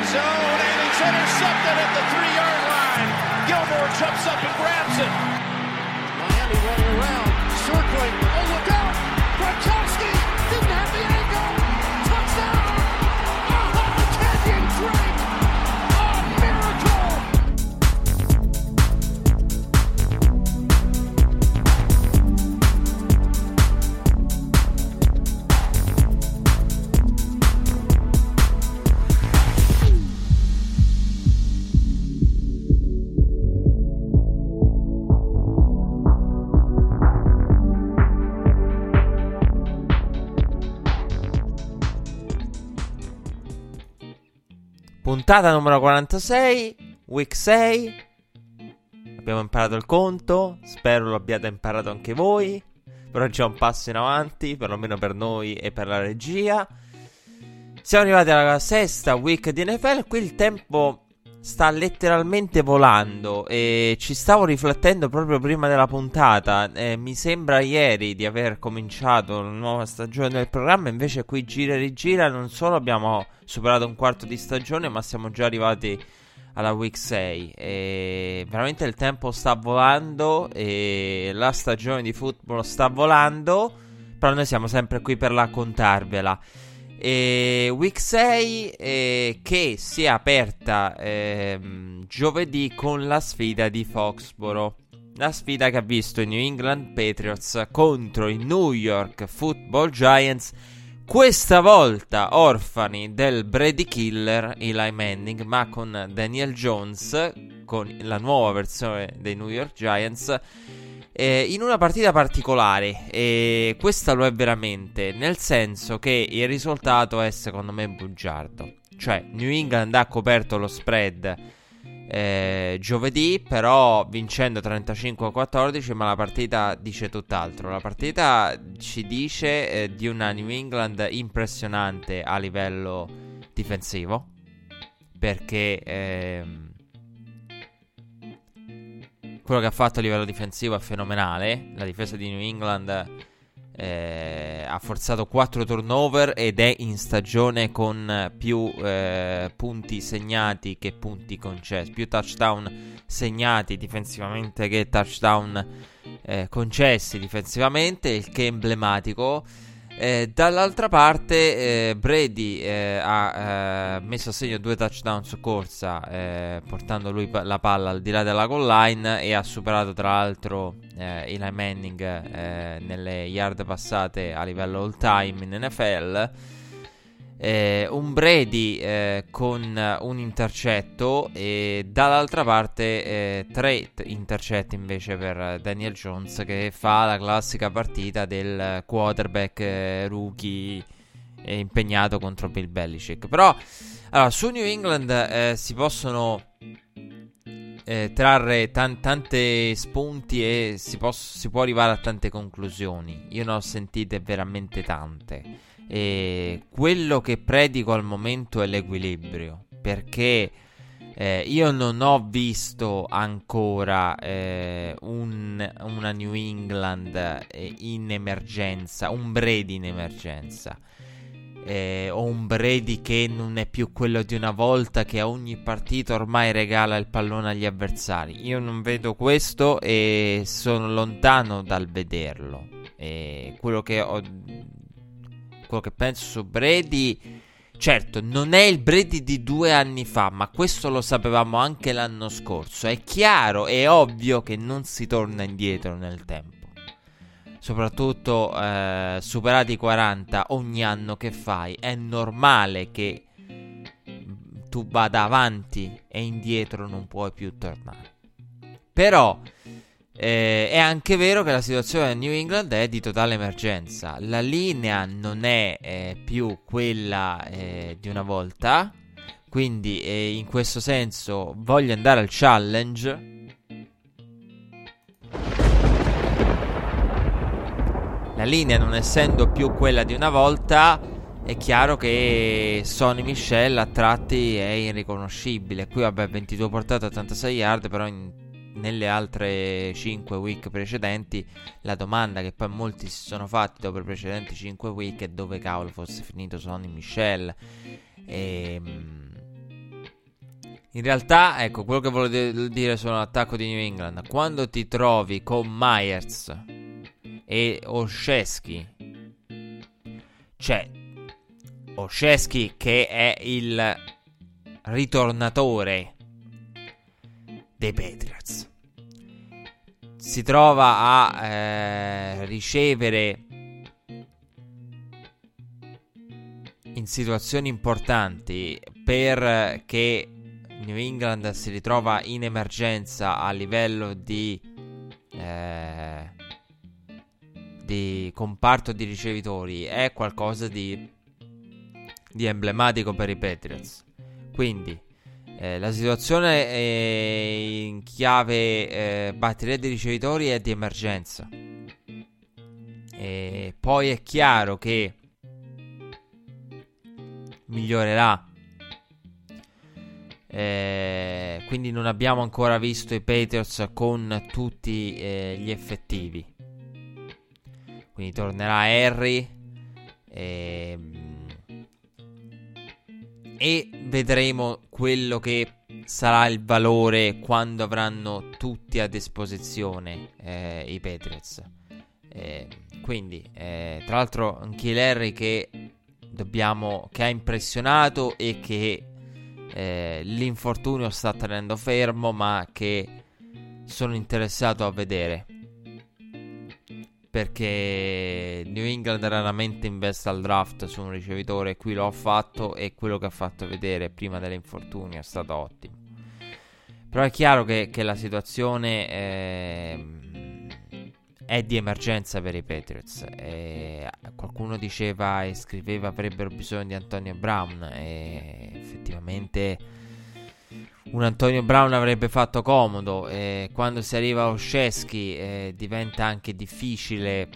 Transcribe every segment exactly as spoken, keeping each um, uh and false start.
zone, and he's intercepted at the three-yard line. Gilmore jumps up and grabs it. Miami running around, circling. Oh, look out! Gronkowski didn't have the angle. Touchdown! Oh, Kenyon Drake! Oh, miracle! Puntata numero quarantasei, week sei. Abbiamo imparato il conto, spero lo abbiate imparato anche voi. Però è già un passo in avanti, perlomeno per noi e per la regia. Siamo arrivati alla sesta week di N F L. Qui il tempo sta letteralmente volando e ci stavo riflettendo proprio prima della puntata. eh, Mi sembra ieri di aver cominciato la nuova stagione del programma, invece qui gira e rigira. Non solo abbiamo superato un quarto di stagione, ma siamo già arrivati alla week sei e veramente il tempo sta volando e la stagione di football sta volando, però noi siamo sempre qui per raccontarvela. E week sei eh, che si è aperta eh, giovedì con la sfida di Foxborough, la sfida che ha visto i New England Patriots contro i New York Football Giants, questa volta orfani del Brady Killer Eli Manning, ma con Daniel Jones, con la nuova versione dei New York Giants, eh, in una partita particolare. E questa lo è veramente, nel senso che il risultato è secondo me bugiardo. Cioè New England ha coperto lo spread Eh, giovedì, però vincendo trentacinque a quattordici, ma la partita dice tutt'altro. La partita ci dice eh, di una New England impressionante a livello difensivo, perché ehm, quello che ha fatto a livello difensivo è fenomenale. La difesa di New England Eh, ha forzato quattro turnover ed è in stagione con più eh, punti segnati che punti concessi, più touchdown segnati difensivamente che touchdown eh, concessi difensivamente, il che è emblematico. Eh, dall'altra parte eh, Brady eh, ha eh, messo a segno due touchdown su corsa, eh, portando lui pa- la palla al di là della goal line, e ha superato tra l'altro eh, Eli Manning eh, nelle yard passate a livello all time in N F L. Eh, un Brady eh, con un intercetto, e dall'altra parte eh, tre t- intercetti invece per Daniel Jones, che fa la classica partita del quarterback eh, rookie eh, impegnato contro Bill Belichick. Però allora, su New England eh, si possono eh, trarre tan- tante spunti e si, poss- si può arrivare a tante conclusioni. Io ne ho sentite veramente tante. E quello che predico al momento è l'equilibrio, perché eh, io non ho visto ancora eh, un, una New England eh, in emergenza, un Brady in emergenza, eh, o un Brady che non è più quello di una volta, che a ogni partita ormai regala il pallone agli avversari. Io non vedo questo e sono lontano dal vederlo. E quello che ho Quello che penso su Brady, certo, non è il Brady di due anni fa, ma questo lo sapevamo anche l'anno scorso. È chiaro, è ovvio che non si torna indietro nel tempo. Soprattutto eh, superati i quaranta ogni anno che fai, è normale che tu vada avanti e indietro non puoi più tornare. Però Eh, è anche vero che la situazione del New England è di totale emergenza. La linea non è eh, più quella eh, di una volta, quindi eh, in questo senso voglio andare al challenge. La linea non essendo più quella di una volta, è chiaro che Sonny Michel a tratti è irriconoscibile. Qui vabbè, ventidue portate, ottantasei yard, però in nelle altre cinque week precedenti la domanda che poi molti si sono fatti dopo i precedenti cinque week è dove cavolo fosse finito Sonny Michel. E, In realtà, ecco, quello che volevo dire sull'attacco di New England, quando ti trovi con Myers e Olszewski, cioè Olszewski che è il ritornatore dei Patriots, si trova a eh, ricevere in situazioni importanti perché New England si ritrova in emergenza a livello di eh, di comparto di ricevitori, è qualcosa di di emblematico per i Patriots. Quindi eh, la situazione è in chiave eh, batteria di ricevitori è di emergenza, e poi è chiaro che migliorerà. Eh, quindi non abbiamo ancora visto i Patriots con tutti eh, gli effettivi. Quindi tornerà Harry e, e vedremo quello che sarà il valore quando avranno tutti a disposizione eh, i Patriots. Eh, quindi eh, tra l'altro anche Harry che dobbiamo che ha impressionato e che Eh, l'infortunio sta tenendo fermo, ma che sono interessato a vedere, perché New England raramente investe al draft su un ricevitore. Qui lo ha fatto e quello che ha fatto vedere prima dell'infortunio è stato ottimo. Però è chiaro che, che la situazione è, è di emergenza per i Patriots. E qualcuno diceva e scriveva avrebbero bisogno di Antonio Brown, e effettivamente un Antonio Brown avrebbe fatto comodo. E quando si arriva a Olszewski eh, diventa anche difficile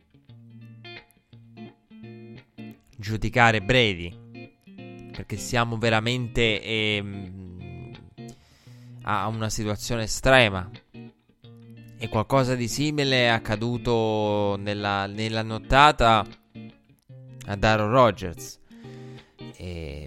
giudicare Brady, perché siamo veramente ehm, a una situazione estrema. E qualcosa di simile è accaduto nella, nella nottata ad Aaron Rodgers. E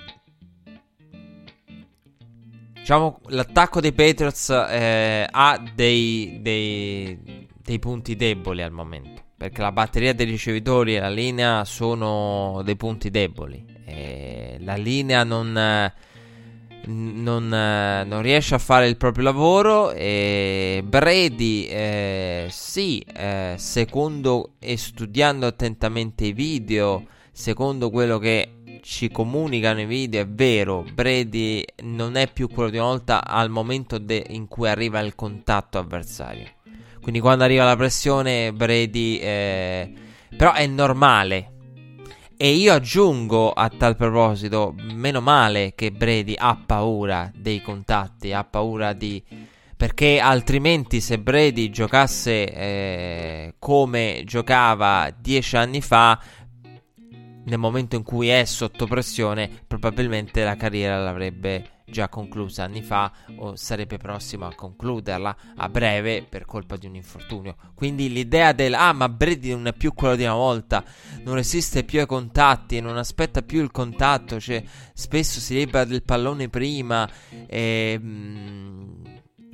diciamo l'attacco dei Patriots eh, ha dei, dei, dei punti deboli al momento, perché la batteria dei ricevitori e la linea sono dei punti deboli. E la linea non... Non, non riesce a fare il proprio lavoro, e Brady eh, sì, eh, secondo e studiando attentamente i video, secondo quello che ci comunicano i video, è vero, Brady non è più quello di una volta al momento de- in cui arriva il contatto avversario. Quindi quando arriva la pressione Brady eh, però è normale. E io aggiungo a tal proposito, meno male che Brady ha paura dei contatti, ha paura di... perché altrimenti se Brady giocasse eh, come giocava dieci anni fa, nel momento in cui è sotto pressione, probabilmente la carriera l'avrebbe già conclusa anni fa, o sarebbe prossimo a concluderla a breve per colpa di un infortunio. Quindi l'idea del ah ma Brady non è più quello di una volta, non resiste più ai contatti, non aspetta più il contatto, cioè spesso si libera del pallone prima e, mm,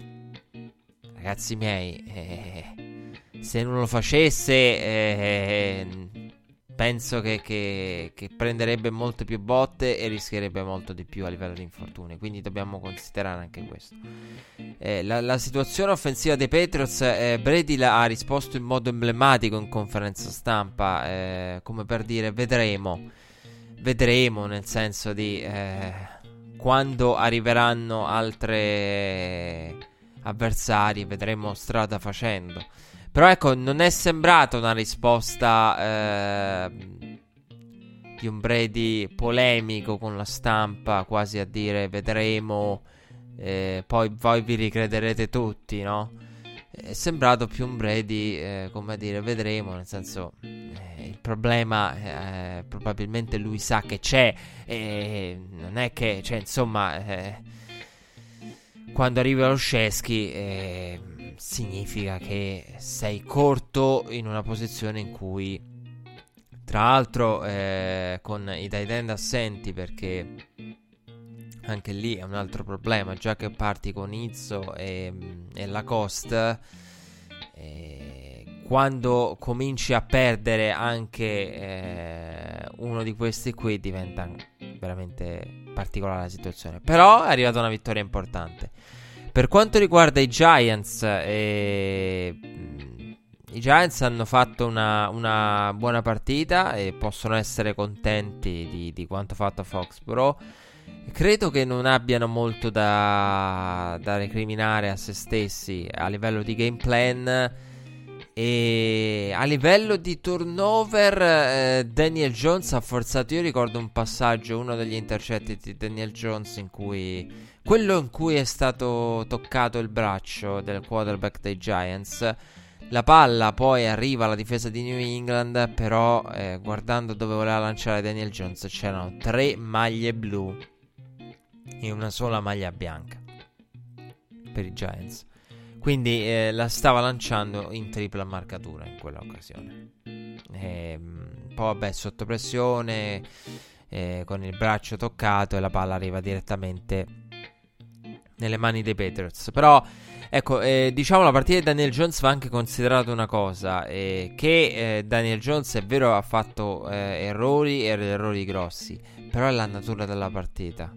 ragazzi miei, eh, se non lo facesse eh, penso che, che, che prenderebbe molte più botte e rischierebbe molto di più a livello di infortuni. Quindi dobbiamo considerare anche questo. Eh, la, la situazione offensiva dei Patriots, eh, Brady la, ha risposto in modo emblematico in conferenza stampa, eh, come per dire vedremo, vedremo, nel senso di eh, quando arriveranno altre avversari, vedremo strada facendo. Però ecco, non è sembrata una risposta eh, di un Brady polemico con la stampa, quasi a dire vedremo, eh, poi voi vi ricrederete tutti, no? È sembrato più un Brady eh, come a dire vedremo, nel senso eh, il problema eh, probabilmente lui sa che c'è, e non è che, cioè insomma eh, quando arriva Olszewski eh, significa che sei corto in una posizione in cui, tra l'altro eh, con i tight end assenti, perché anche lì è un altro problema, già che parti con Izzo e, e Lacoste, e quando cominci a perdere anche eh, uno di questi qui diventa veramente particolare la situazione. Però è arrivata una vittoria importante. Per quanto riguarda i Giants, eh, i Giants hanno fatto una, una buona partita e possono essere contenti di, di quanto fatto a Foxborough. Credo che non abbiano molto da, da recriminare a se stessi a livello di game plan, e a livello di turnover eh, Daniel Jones ha forzato. Io ricordo un passaggio, uno degli intercetti di Daniel Jones, in cui quello in cui è stato toccato il braccio del quarterback dei Giants. La palla poi arriva alla difesa di New England, però eh, guardando dove voleva lanciare Daniel Jones c'erano tre maglie blu e una sola maglia bianca per i Giants. Quindi eh, la stava lanciando in tripla marcatura in quella occasione. E, poi vabbè, sotto pressione, eh, con il braccio toccato, e la palla arriva direttamente nelle mani dei Patriots. Però ecco, eh, diciamo, la partita di Daniel Jones va anche considerata una cosa, eh, che eh, Daniel Jones è vero ha fatto eh, errori e errori grossi, però è la natura della partita.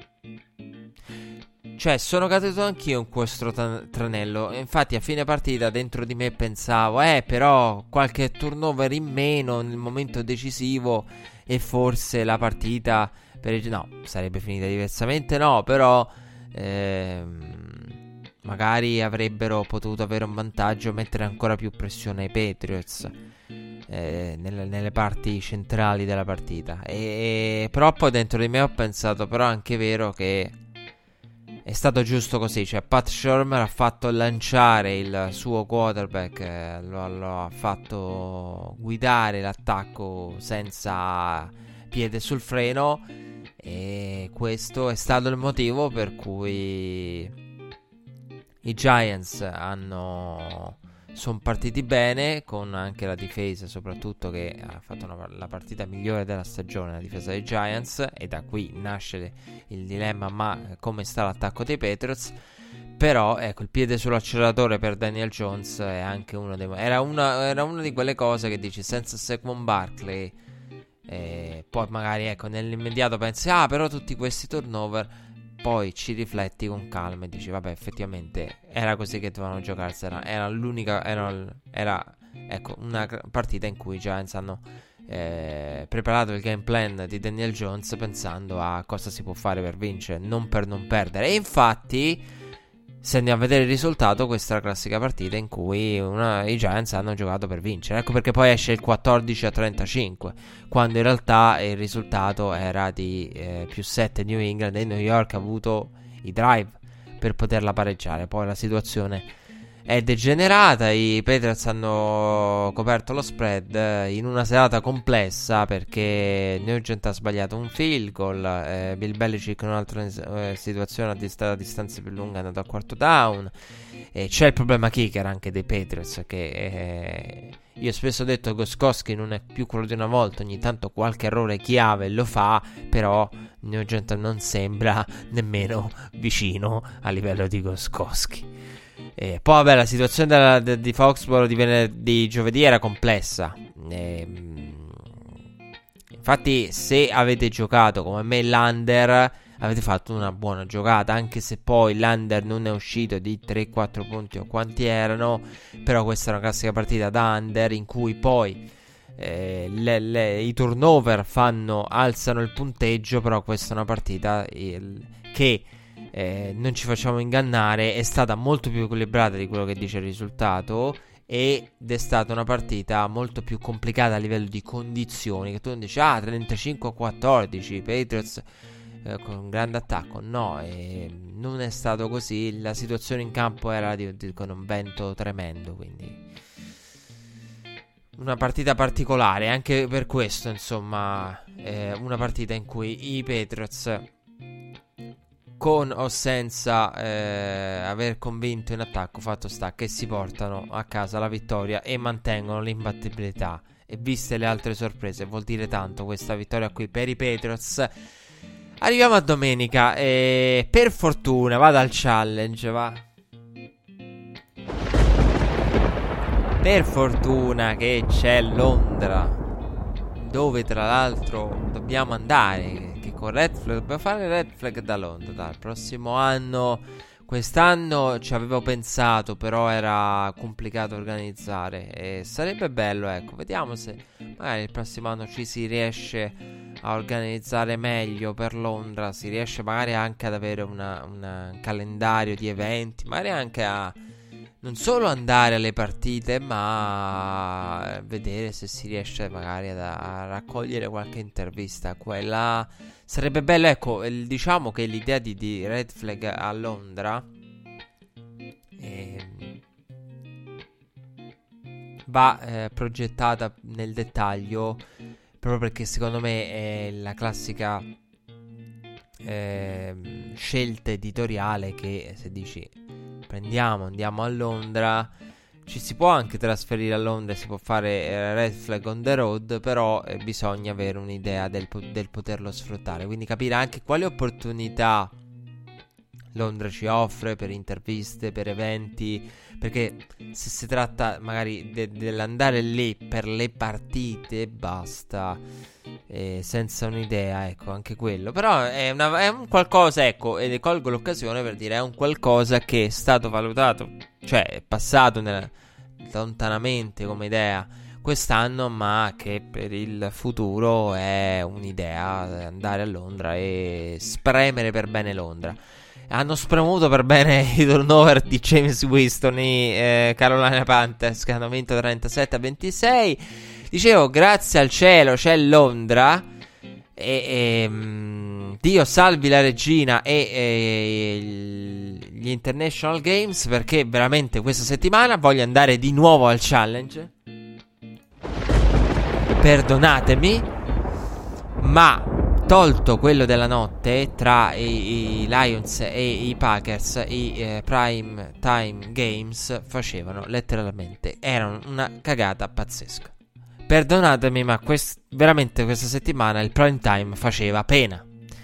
Cioè, sono caduto anch'io in questo tra- tranello. Infatti a fine partita dentro di me pensavo, eh però qualche turnover in meno nel momento decisivo e forse la partita per il... no, sarebbe finita diversamente, no, però ehm, magari avrebbero potuto avere un vantaggio, mettere ancora più pressione ai Patriots eh, nelle, nelle parti centrali della partita. E però poi dentro di me ho pensato, però è anche vero che è stato giusto così. Cioè Pat Shurmur ha fatto lanciare il suo quarterback, eh, lo, lo ha fatto guidare l'attacco senza piede sul freno, e questo è stato il motivo per cui i Giants hanno sono partiti bene, con anche la difesa soprattutto che ha fatto una, la partita migliore della stagione, la difesa dei Giants, e da qui nasce il dilemma: ma come sta l'attacco dei Patriots? Però ecco, il piede sull'acceleratore per Daniel Jones è anche uno dei era una, era una di quelle cose che dici, senza Saquon Barkley eh, poi magari ecco nell'immediato pensi, ah però tutti questi turnover, poi ci rifletti con calma e dici vabbè, effettivamente era così che dovevano giocarsela. Era l'unica era, era ecco una partita in cui i Giants hanno eh, preparato il game plan di Daniel Jones pensando a cosa si può fare per vincere, non per non perdere. E infatti, se andiamo a vedere il risultato, questa è la classica partita in cui una, i Giants hanno giocato per vincere. Ecco perché poi esce il quattordici a trentacinque, quando in realtà il risultato era di eh, più sette New England, e New York ha avuto i drive per poterla pareggiare. Poi la situazione è degenerata, i Patriots hanno coperto lo spread eh, in una serata complessa, perché Nugent ha sbagliato un field goal, eh, Bill Belichick in un'altra eh, situazione a, dist- a distanze più lunghe è andato al quarto down, e c'è il problema kicker anche dei Patriots, che eh, io spesso ho detto Gostkowski non è più quello di una volta, ogni tanto qualche errore chiave lo fa, però Nugent non sembra nemmeno vicino a livello di Gostkowski. E poi vabbè, la situazione della, de, di Foxborough di, venerdì, giovedì era complessa, e, infatti se avete giocato come me l'under avete fatto una buona giocata, anche se poi l'under non è uscito di tre quattro punti o quanti erano. Però questa è una classica partita da under in cui poi eh, le, le, i turnover fanno alzano il punteggio, però questa è una partita il, che Eh, non ci facciamo ingannare, è stata molto più equilibrata di quello che dice il risultato, ed è stata una partita molto più complicata a livello di condizioni, che tu dici ah trentacinque a quattordici Patriots eh, con un grande attacco. No, eh, non è stato così. La situazione in campo era di, di, con un vento tremendo, quindi una partita particolare. Anche per questo, insomma, eh, una partita in cui i Patriots, con o senza eh, aver convinto in attacco, fatto sta che si portano a casa la vittoria e mantengono l'imbattibilità. E viste le altre sorprese, vuol dire tanto questa vittoria qui per i Patriots. Arriviamo a domenica e per fortuna vado al challenge, va. Per fortuna che c'è Londra, dove tra l'altro dobbiamo andare, che con Red Flag dobbiamo fare Red Flag da Londra dal prossimo anno. Quest'anno ci avevo pensato, però era complicato organizzare e sarebbe bello, ecco, vediamo se magari il prossimo anno ci si riesce a organizzare meglio per Londra, si riesce magari anche ad avere una, una, un calendario di eventi, magari anche a non solo andare alle partite, ma vedere se si riesce magari ad, a raccogliere qualche intervista. Quella sarebbe bello, ecco, il, diciamo che l'idea di, di Red Flag a Londra eh, va eh, progettata nel dettaglio, proprio perché secondo me è la classica eh, scelta editoriale che se dici prendiamo, andiamo a Londra, ci si può anche trasferire a Londra, si può fare eh, Red Flag on the road, però eh, bisogna avere un'idea del, po- del poterlo sfruttare, quindi capire anche quali opportunità Londra ci offre per interviste, per eventi, perché se si tratta magari de- dell'andare lì per le partite basta, eh, senza un'idea, ecco, anche quello. Però è, una, è un qualcosa, ecco, e colgo l'occasione per dire, è un qualcosa che è stato valutato, cioè è passato nella, lontanamente come idea quest'anno, ma che per il futuro è un'idea, andare a Londra e spremere per bene Londra. Hanno spremuto per bene i turnover di James Winston e eh, Carolina Panthers, che hanno vinto trentasette a ventisei. Dicevo, grazie al cielo c'è Londra e, e mh, Dio salvi la regina e, e gli International Games, perché veramente questa settimana voglio andare di nuovo al challenge. Perdonatemi, ma tolto quello della notte tra i, i Lions e i Packers, i eh, Prime Time Games facevano letteralmente, erano una cagata pazzesca. Perdonatemi, ma quest- veramente questa settimana il Prime Time faceva pena.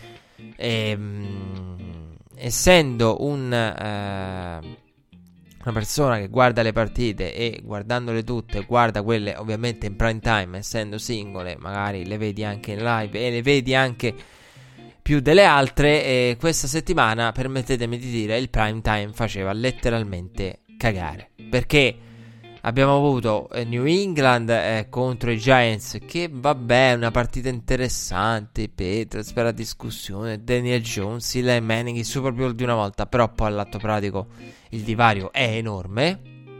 Ehm, essendo un eh, una persona che guarda le partite e guardandole tutte guarda quelle ovviamente in prime time, essendo singole magari le vedi anche in live e le vedi anche più delle altre, e questa settimana permettetemi di dire il prime time faceva letteralmente cagare, perché abbiamo avuto New England eh, contro i Giants, che vabbè è una partita interessante, Patriots per la discussione, Daniel Jones, Eli Manning, il Super Bowl di una volta, però poi all'atto pratico il divario è enorme.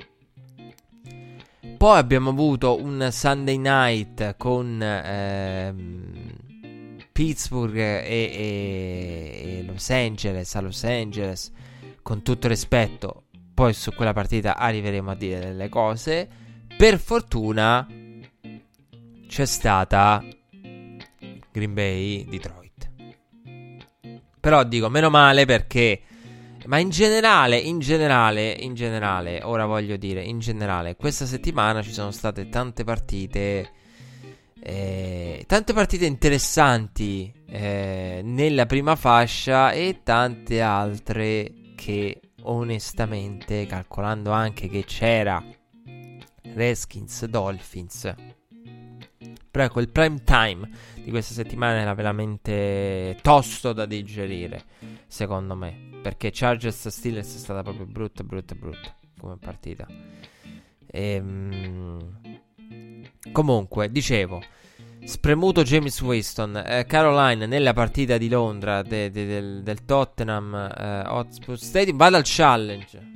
Poi abbiamo avuto un Sunday night con ehm, Pittsburgh e, e, e Los Angeles a Los Angeles, con tutto rispetto. Poi su quella partita arriveremo a dire delle cose. Per fortuna c'è stata Green Bay Detroit. Però dico meno male, perché ma in generale, in generale, in generale, ora voglio dire, in generale, questa settimana ci sono state tante partite eh, tante partite interessanti eh, nella prima fascia, e tante altre che onestamente, calcolando anche che c'era Redskins Dolphins, però ecco, il prime time di questa settimana era veramente tosto da digerire, secondo me, perché Chargers Steelers è stata proprio brutta, brutta, brutta come partita. Ehm... Comunque, dicevo, spremuto James Winston, eh, Caroline nella partita di Londra de, de, del, del Tottenham eh, Hotspur Stadium. Vado al challenge.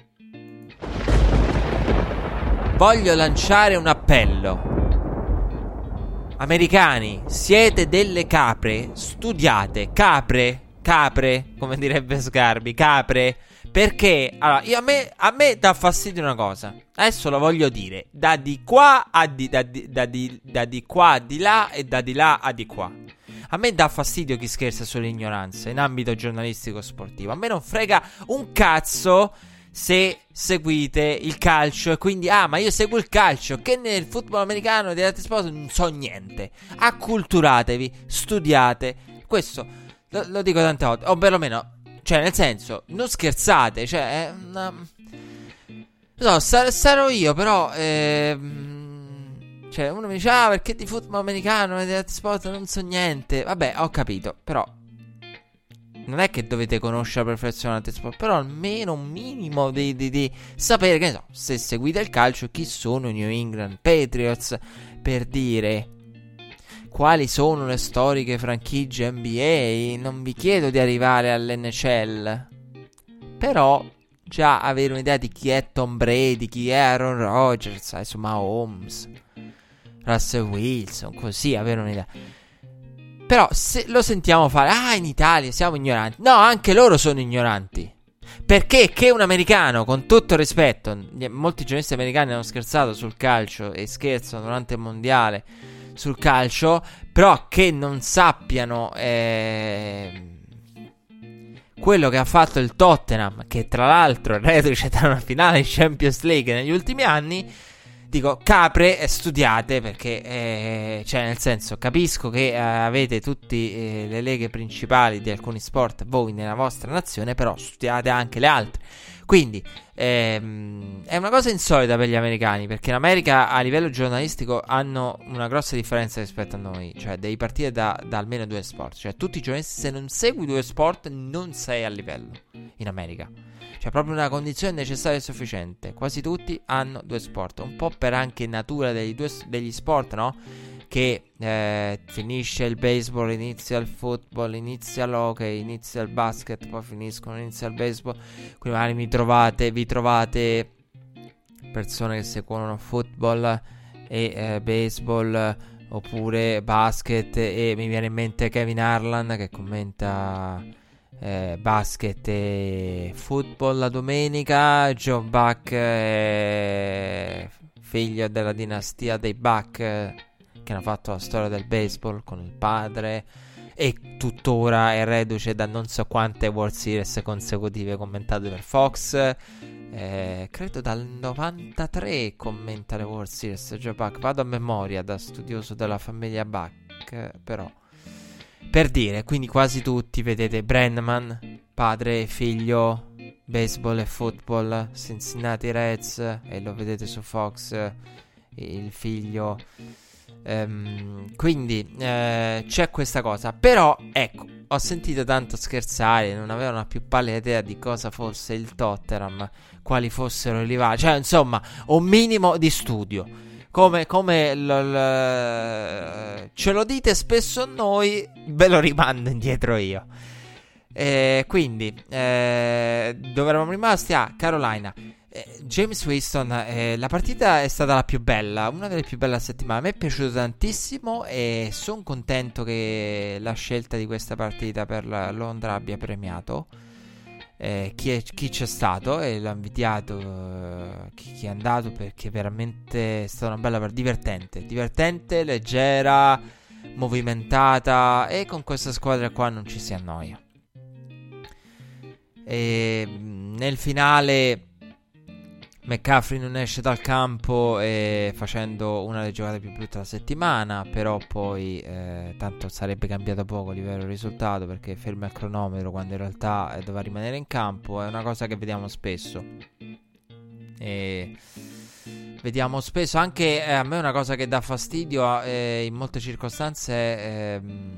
Voglio lanciare un appello. Americani, siete delle capre. Studiate, capre, capre, come direbbe Sgarbi, capre. Perché, allora, io, a, me, a me dà fastidio una cosa. Adesso lo voglio dire. Da di qua a di, da di, da di, da di qua a di là e da di là a di qua. A me dà fastidio chi scherza sull'ignoranza in ambito giornalistico sportivo. A me non frega un cazzo se seguite il calcio e quindi, ah, ma io seguo il calcio, che nel football americano e degli altri sport non so niente. Acculturatevi, studiate. Questo lo, lo dico tante volte, o perlomeno, cioè nel senso, non scherzate, cioè è una... non so, sar- sarò io, però eh, cioè uno mi dice ah perché di football americano e di altri sport non so niente. Vabbè, ho capito, però non è che dovete conoscere la perfezione altri sport, però almeno un minimo di, di, di sapere, che ne so, se seguite il calcio, chi sono i New England Patriots, per dire quali sono le storiche franchigie N B A. Non vi chiedo di arrivare all'N C L, però già avere un'idea di chi è Tom Brady, chi è Aaron Rodgers, insomma Holmes, Russell Wilson, così avere un'idea. Però se lo sentiamo fare, ah in Italia siamo ignoranti, no, anche loro sono ignoranti. Perché che un americano, con tutto il rispetto, molti giornalisti americani hanno scherzato sul calcio e scherzano durante il mondiale sul calcio, però che non sappiano eh, quello che ha fatto il Tottenham, che tra l'altro è reduce da una finale in Champions League negli ultimi anni. Dico, capre, eh, studiate, perché eh, cioè nel senso, capisco che eh, avete tutte eh, le leghe principali di alcuni sport voi nella vostra nazione, però studiate anche le altre. Quindi ehm, è una cosa insolita per gli americani, perché in America a livello giornalistico hanno una grossa differenza rispetto a noi, cioè devi partire da, da almeno due sport, cioè tutti i giornalisti, se non segui due sport non sei a livello in America. Cioè proprio una condizione necessaria e sufficiente. Quasi tutti hanno due sport. Un po' per anche natura degli, due, degli sport, no? Che eh, finisce il baseball, inizia il football, inizia l'hockey, inizia il basket, poi finiscono, inizia il baseball. Quindi magari mi trovate, vi trovate persone che seguono football e eh, baseball, oppure basket, e mi viene in mente Kevin Harlan che commenta Eh, basket e football la domenica. Joe Buck, eh, figlio della dinastia dei Buck, eh, che hanno fatto la storia del baseball con il padre, e tuttora è reduce da non so quante World Series consecutive commentate per Fox. eh, credo dal novantatré commenta le World Series Joe Buck, vado a memoria da studioso della famiglia Buck, però per dire, quindi quasi tutti, vedete Brennan, padre e figlio, baseball e football, Cincinnati Reds, e lo vedete su Fox, il figlio. Um, quindi eh, c'è questa cosa. Però ecco, ho sentito tanto scherzare, non avevano più pallida idea di cosa fosse il Tottenham, quali fossero i rivali, cioè insomma un minimo di studio. Come, come l, l, ce lo dite spesso noi, ve lo rimando indietro io. E quindi eh, dove eravamo rimasti? Ah, Carolina. eh, James Winston, eh, la partita è stata la più bella, una delle più belle della settimana. A me è piaciuto tantissimo e sono contento che la scelta di questa partita per la Londra abbia premiato Eh, chi, è, chi c'è stato, e l'ho invidiato eh, chi, chi è andato, perché veramente è stata una bella partita, divertente, divertente, leggera, movimentata, e con questa squadra qua non ci si annoia. E nel finale McCaffrey non esce dal campo e facendo una delle giocate più brutte della settimana, però poi eh, tanto sarebbe cambiato poco a livello risultato, perché ferma il cronometro quando in realtà eh, doveva rimanere in campo. È una cosa che vediamo spesso, e vediamo spesso anche eh, a me una cosa che dà fastidio eh, in molte circostanze è ehm,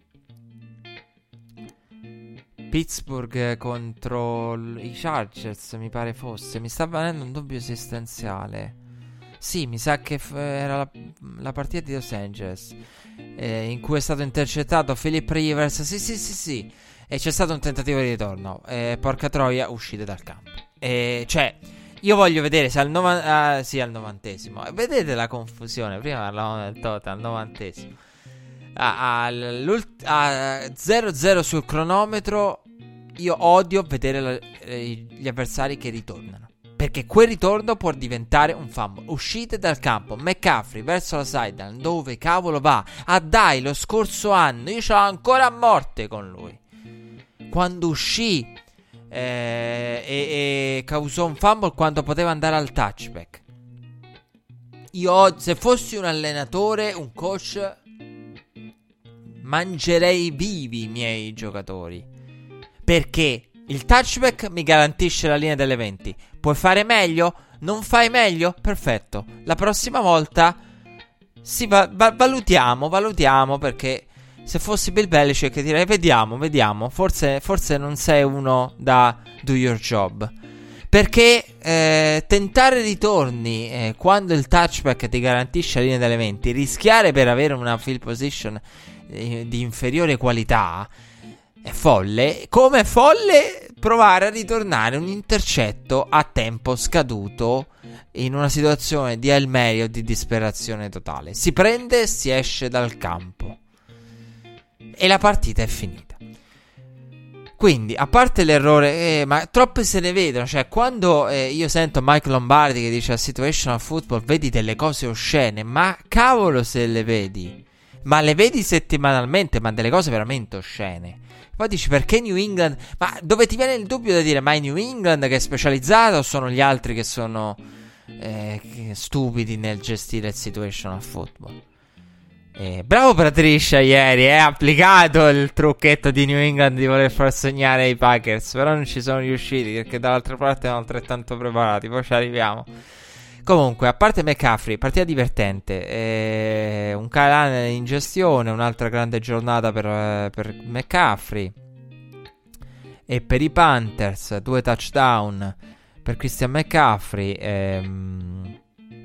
Pittsburgh contro i Chargers, mi pare fosse. Mi sta venendo un dubbio esistenziale. Sì, mi sa che f- era la, la partita di Los Angeles, eh, in cui è stato intercettato Philip Rivers. Sì, sì, sì, sì. E c'è stato un tentativo di ritorno. Eh, porca troia, uscite dal campo. E cioè, io voglio vedere se al, nova- ah, sì, al novantesimo. Vedete la confusione. Prima parlavamo del total, al novantesimo. A, a, a zero zero sul cronometro. Io odio vedere la, gli avversari che ritornano, perché quel ritorno può diventare un fumble. Uscite dal campo. McCaffrey verso la sideline, dove cavolo va? Ah dai, lo scorso anno io ce l'ho ancora a morte con lui, quando uscì eh, e, e causò un fumble quando poteva andare al touchback. Io, se fossi un allenatore, un coach, mangerei vivi i miei giocatori, perché il touchback mi garantisce la linea delle venti. Puoi fare meglio? Non fai meglio? Perfetto. La prossima volta si va- va- valutiamo, valutiamo, perché se fossi Bill Belichick direi vediamo, vediamo. Forse, forse non sei uno da do your job. Perché eh, tentare ritorni eh, quando il touchback ti garantisce la linea delle venti, rischiare per avere una field position eh, di inferiore qualità, è folle. Come è folle provare a ritornare un intercetto a tempo scaduto in una situazione di Hail Mary o di disperazione totale. Si prende e si esce dal campo e la partita è finita. Quindi, a parte l'errore, eh, ma troppi se ne vedono. Cioè, quando eh, io sento Mike Lombardi che dice a situational football vedi delle cose oscene, ma cavolo se le vedi, ma le vedi settimanalmente, ma delle cose veramente oscene. Poi dici perché New England? Ma dove ti viene il dubbio da dire ma è New England che è specializzato o sono gli altri che sono eh, stupidi nel gestire il situational football? Eh, bravo Patricia ieri, eh, ha applicato il trucchetto di New England di voler far segnare i Packers, però non ci sono riusciti perché dall'altra parte erano altrettanto preparati, poi ci arriviamo. Comunque, a parte McCaffrey, partita divertente, eh, un Kyle Allen in gestione, un'altra grande giornata per, eh, per McCaffrey e per i Panthers, due touchdown per Christian McCaffrey, ehm,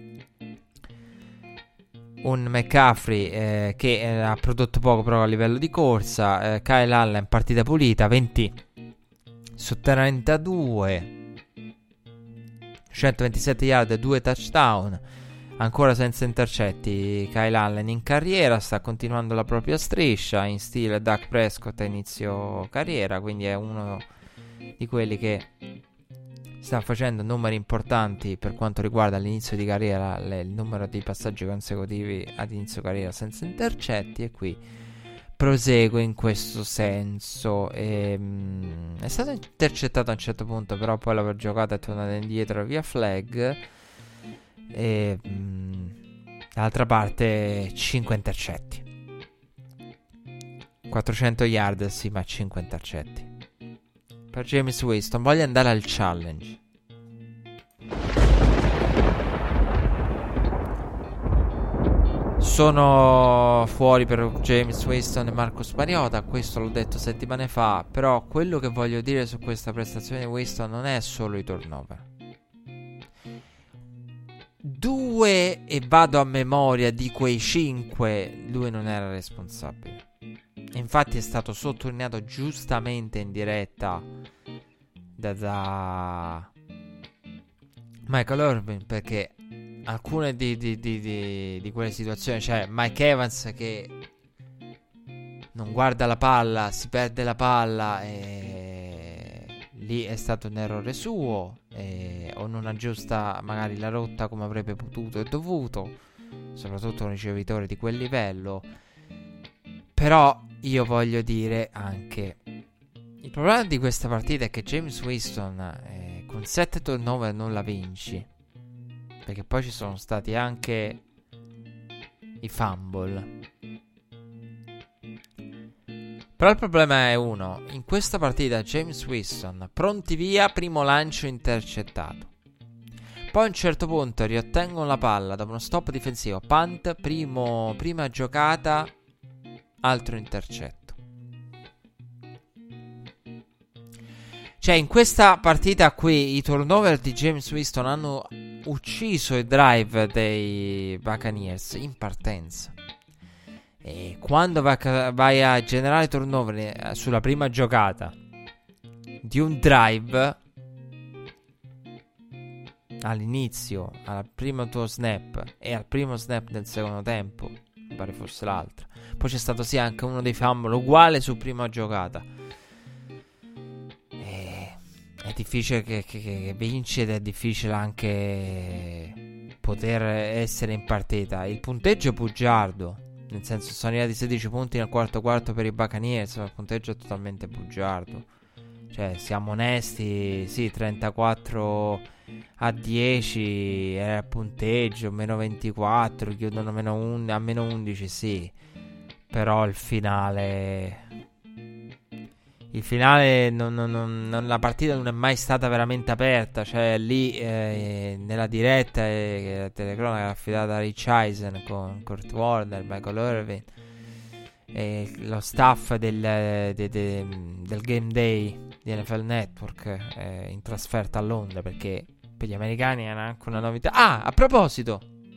un McCaffrey eh, che eh, ha prodotto poco però a livello di corsa. eh, Kyle Allen partita pulita, venti su trentadue, centoventisette yard, due touchdown, ancora senza intercetti. Kyle Allen in carriera sta continuando la propria striscia in stile Dak Prescott a inizio carriera, quindi è uno di quelli che sta facendo numeri importanti per quanto riguarda l'inizio di carriera, le, il numero di passaggi consecutivi ad inizio carriera senza intercetti, e qui prosegue in questo senso. E, mh, è stato intercettato a un certo punto, però poi la giocata è tornata indietro via flag. E mh, dall'altra parte cinque intercetti, quattrocento yard, sì, ma cinque intercetti per James Winston. Voglio andare al challenge. Sono fuori per James Winston e Marcus Mariota, questo l'ho detto settimane fa, però quello che voglio dire su questa prestazione di Winston non è solo i turnover. Due, e vado a memoria, di quei cinque lui non era responsabile. Infatti è stato sottolineato giustamente in diretta da, da Michael Irvin, perché alcune di, di, di, di, di quelle situazioni, cioè Mike Evans che non guarda la palla, si perde la palla, e lì è stato un errore suo, e, o non aggiusta magari la rotta come avrebbe potuto e dovuto, soprattutto un ricevitore di quel livello. Però io voglio dire anche, il problema di questa partita è che James Winston eh, con sette turnover non la vinci, perché poi ci sono stati anche i fumble. Però il problema è uno, in questa partita James Winston pronti via, primo lancio intercettato, poi a un certo punto riottengono la palla dopo uno stop difensivo, punt, primo, prima giocata, altro intercetto. Cioè in questa partita qui i turnover di James Winston hanno ucciso i drive dei Buccaneers in partenza. E quando vai a generare turnover sulla prima giocata di un drive, all'inizio, al primo tuo snap e al primo snap del secondo tempo, mi pare fosse l'altro, poi c'è stato sì anche uno dei fumble uguale su prima giocata. E è difficile che, che, che vinci, ed è difficile anche poter essere in partita. Il punteggio è bugiardo, nel senso sono arrivati sedici punti nel quarto quarto per i Buccaneers, ma il punteggio è totalmente bugiardo. Cioè siamo onesti, sì, trentaquattro a dieci era il punteggio, meno ventiquattro, chiudono meno un, a meno undici, sì. Però il finale... Il finale, non, non, non, non, la partita non è mai stata veramente aperta. Cioè lì eh, nella diretta eh, la telecronaca era affidata a Rich Eisen con Kurt Warner, Michael Irvin e lo staff del, de, de, del Game Day di N F L Network eh, in trasferta a Londra, perché per gli americani era anche una novità. Ah, a proposito,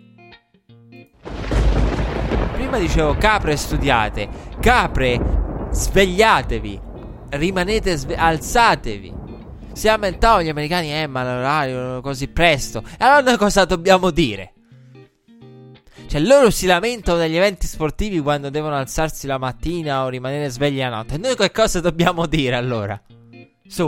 prima dicevo capre studiate, capre svegliatevi, rimanete sve- alzatevi. Si lamentavano gli americani, eh ma l'orario così presto. E allora noi cosa dobbiamo dire? Cioè loro si lamentano degli eventi sportivi quando devono alzarsi la mattina o rimanere svegli la notte. E noi che cosa dobbiamo dire allora? Su.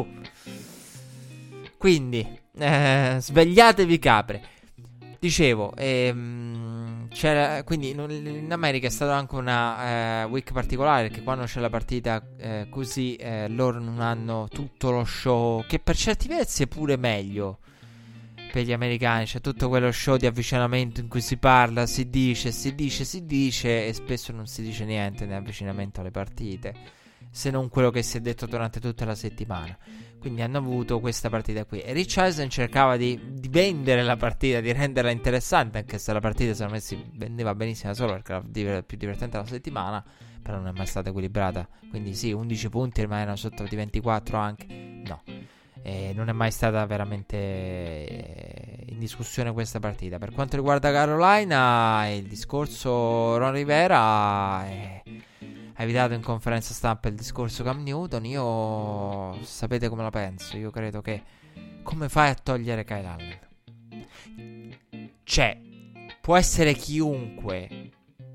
Quindi eh, svegliatevi capre. Dicevo ehm, c'era, quindi in America è stata anche una eh, week particolare, perché quando c'è la partita eh, così eh, loro non hanno tutto lo show, che per certi versi è pure meglio per gli americani. C'è tutto quello show di avvicinamento in cui si parla, si dice, si dice, si dice, e spesso non si dice niente di avvicinamento alle partite, se non quello che si è detto durante tutta la settimana. Quindi hanno avuto questa partita qui e Rich Eisen cercava di, di vendere la partita, di renderla interessante, anche se la partita secondo me si vendeva benissimo da solo, perché era diver- più divertente della settimana, però non è mai stata equilibrata. Quindi sì, undici punti, rimanevano sotto di ventiquattro anche, no, eh, non è mai stata veramente eh, in discussione questa partita. Per quanto riguarda Carolina, il discorso Ron Rivera è... ha evitato in conferenza stampa il discorso Cam Newton. Io sapete come la penso. Io credo che come fai a togliere Kyle Allen? Cioè, può essere chiunque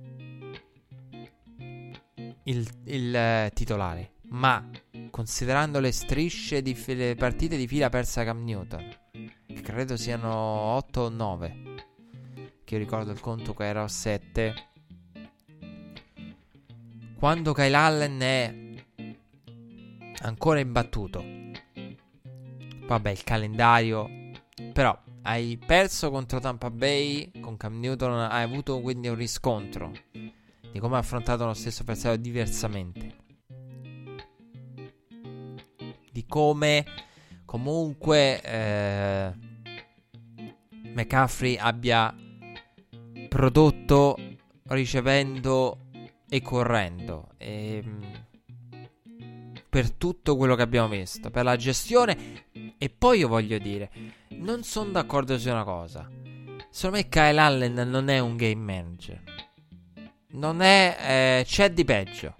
il, il uh, titolare, ma considerando le strisce di f- le partite di fila persa Cam Newton, che credo siano otto o nove, che io ricordo il conto che era sette, quando Kyle Allen è ancora imbattuto, vabbè, il calendario, però hai perso contro Tampa Bay con Cam Newton, hai avuto quindi un riscontro di come ha affrontato lo stesso avversario diversamente, di come comunque eh, McCaffrey abbia prodotto ricevendo e correndo, e, per tutto quello che abbiamo visto, per la gestione. E poi io voglio dire, non sono d'accordo su una cosa: secondo me Kyle Allen non è un game manager, non è eh, c'è di peggio,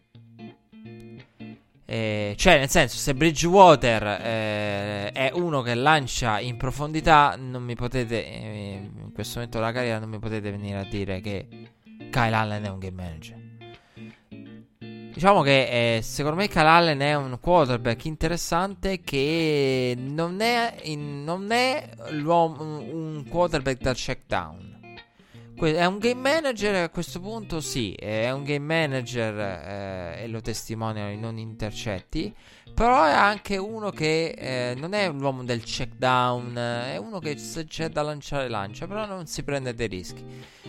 eh, cioè nel senso, se Bridgewater eh, è uno che lancia in profondità, non mi potete eh, in questo momento della carriera non mi potete venire a dire che Kyle Allen è un game manager. Diciamo che eh, secondo me Kyle Allen è un quarterback interessante, che non è, in, non è un quarterback da check down. Que- è un game manager a questo punto, sì, è un game manager eh, e lo testimoniano i non intercetti, però è anche uno che eh, non è l'uomo del check down, è uno che se c'è da lanciare lancia, però non si prende dei rischi.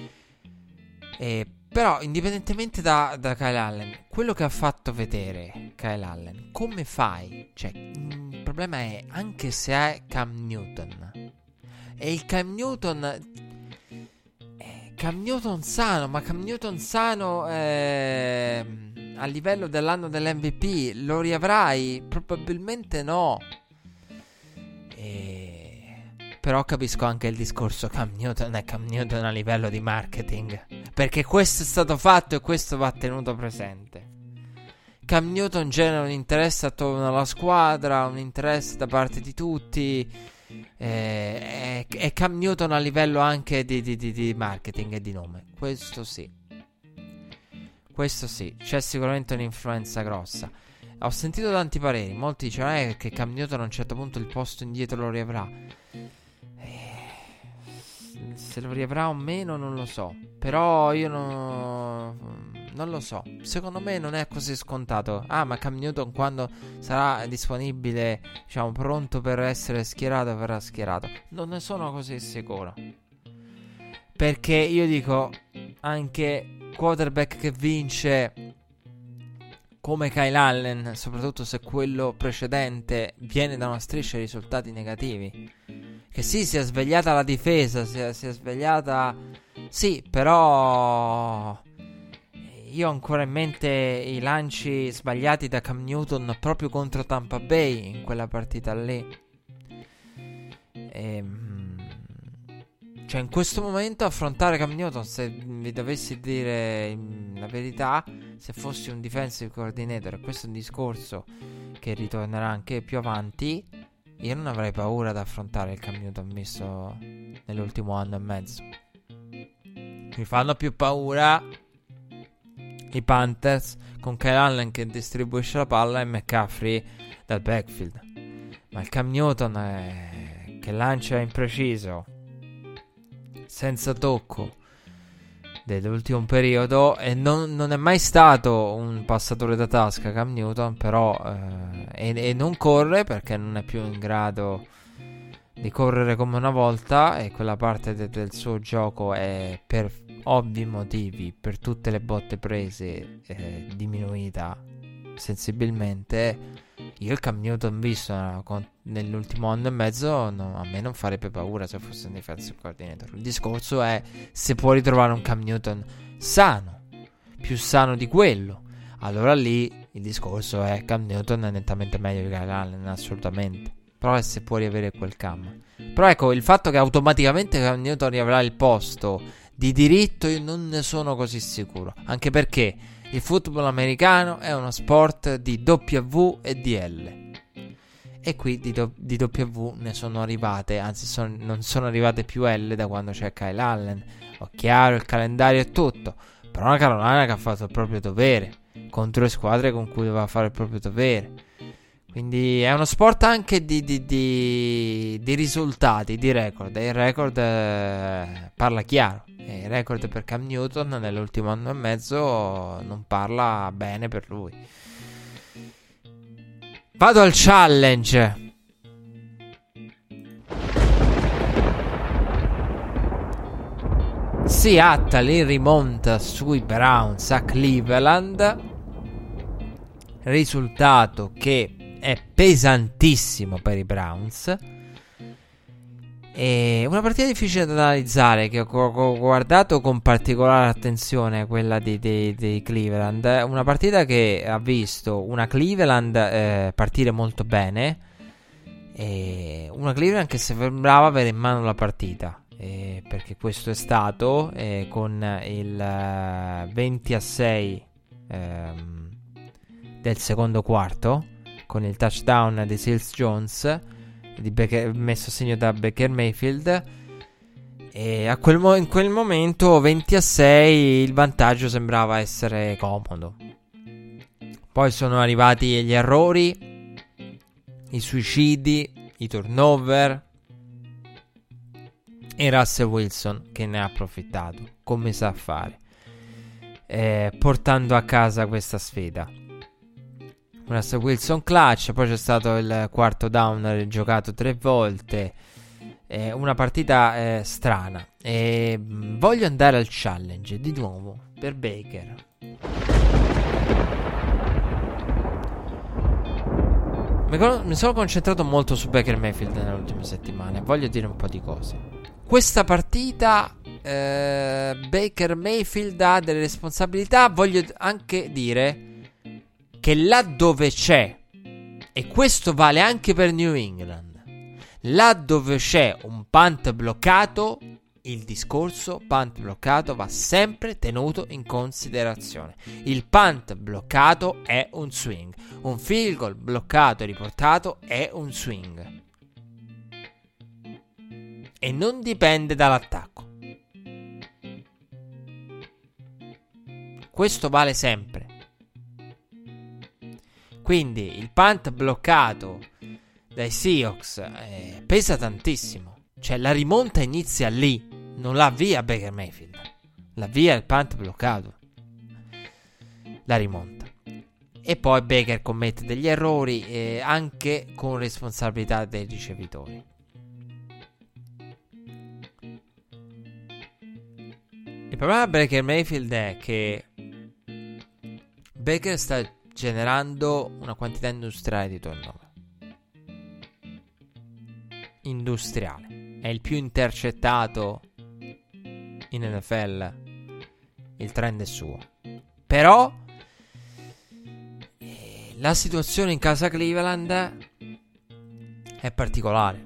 E però indipendentemente da, da Kyle Allen, quello che ha fatto vedere Kyle Allen, come fai? Cioè, il problema è, anche se è Cam Newton, e il Cam Newton eh, Cam Newton sano, ma Cam Newton sano eh, a livello dell'anno dell'M V P lo riavrai? Probabilmente no. E però capisco anche il discorso Cam Newton è Cam Newton a livello di marketing, perché questo è stato fatto e questo va tenuto presente. Cam Newton genera un interesse attorno alla squadra, un interesse da parte di tutti, eh, è, è Cam Newton a livello anche di, di, di, di marketing e di nome. Questo sì, questo sì, c'è sicuramente un'influenza grossa. Ho sentito tanti pareri, molti dicono eh, che Cam Newton a un certo punto il posto indietro lo riavrà. Se lo riavrà o meno non lo so, però io non, non lo so. Secondo me non è così scontato. Ah, ma Cam Newton quando sarà disponibile, diciamo pronto per essere schierato, verrà schierato. Non ne sono così sicuro, perché io dico, anche quarterback che vince come Kyle Allen, soprattutto se quello precedente viene da una striscia di risultati negativi. Che sì, si è svegliata la difesa, si è, si è svegliata... Sì, però... Io ho ancora in mente i lanci sbagliati da Cam Newton proprio contro Tampa Bay in quella partita lì. Ehm... Cioè, in questo momento affrontare Cam Newton, se vi dovessi dire la verità, se fossi un defensive coordinator, e questo è un discorso che ritornerà anche più avanti, io non avrei paura ad affrontare il Cam Newton visto nell'ultimo anno e mezzo. Mi fanno più paura i Panthers con Kyle Allen che distribuisce la palla e McCaffrey dal backfield. Ma il Cam Newton è... che lancia impreciso, senza tocco, dell'ultimo periodo, e non, non è mai stato un passatore da tasca Cam Newton, però eh, e, e non corre perché non è più in grado di correre come una volta, e quella parte de- del suo gioco è, per ovvi motivi, per tutte le botte prese, eh, diminuita sensibilmente. Io il Cam Newton visto no, con, nell'ultimo anno e mezzo no, a me non farebbe paura se fosse un defensive coordinator. Il discorso è se può ritrovare un Cam Newton sano, più sano di quello. Allora lì il discorso è Cam Newton è nettamente meglio di Kyle Allen, assolutamente. Però è se può riavere quel Cam. Però ecco, il fatto che automaticamente Cam Newton riavrà il posto di diritto io non ne sono così sicuro. Anche perché il football americano è uno sport di W e di L. E qui di, do, di W ne sono arrivate, anzi son, non sono arrivate più L da quando c'è Kyle Allen. Ho chiaro, il calendario e tutto. Però una Carolina che ha fatto il proprio dovere contro le squadre con cui doveva fare il proprio dovere. Quindi è uno sport anche di, di, di, di risultati, di record. E il record eh, parla chiaro. E il record per Cam Newton nell'ultimo anno e mezzo non parla bene per lui. Vado al challenge. Seattle rimonta sui Browns a Cleveland. Risultato che è pesantissimo per i Browns. E una partita difficile da analizzare, che ho guardato con particolare attenzione, quella di, di, di Cleveland. Una partita che ha visto una Cleveland eh, partire molto bene, e una Cleveland che sembrava avere in mano la partita, eh, perché questo è stato eh, con il uh, venti a sei ehm, del secondo quarto, con il touchdown di Seals Jones di Baker, messo a segno da Baker Mayfield, e a quel mo- in quel momento venti a sei il vantaggio sembrava essere comodo. Poi sono arrivati gli errori, i suicidi, i turnover e Russell Wilson che ne ha approfittato come sa fare, eh, portando a casa questa sfida. Russell Wilson clutch, poi c'è stato il quarto down giocato tre volte, eh, una partita eh, strana. E mh, voglio andare al challenge di nuovo per Baker. Mi, con- mi sono concentrato molto su Baker Mayfield nelle ultime settimane, voglio dire un po' di cose. Questa partita eh, Baker Mayfield ha delle responsabilità, voglio anche dire che là dove c'è, e questo vale anche per New England, là dove c'è un punt bloccato, il discorso punt bloccato va sempre tenuto in considerazione. Il punt bloccato è un swing, un field goal bloccato e riportato è un swing, e non dipende dall'attacco. Questo vale sempre. Quindi il punt bloccato dai Seahawks eh, pesa tantissimo. Cioè la rimonta inizia lì, non la via Baker Mayfield, la via il punt bloccato, la rimonta. E poi Baker commette degli errori eh, anche con responsabilità dei ricevitori. Il problema di Baker Mayfield è che Baker sta generando una quantità industriale di turnover. Industriale. È il più intercettato in N F L. Il trend è suo. Però eh, la situazione in casa Cleveland è particolare,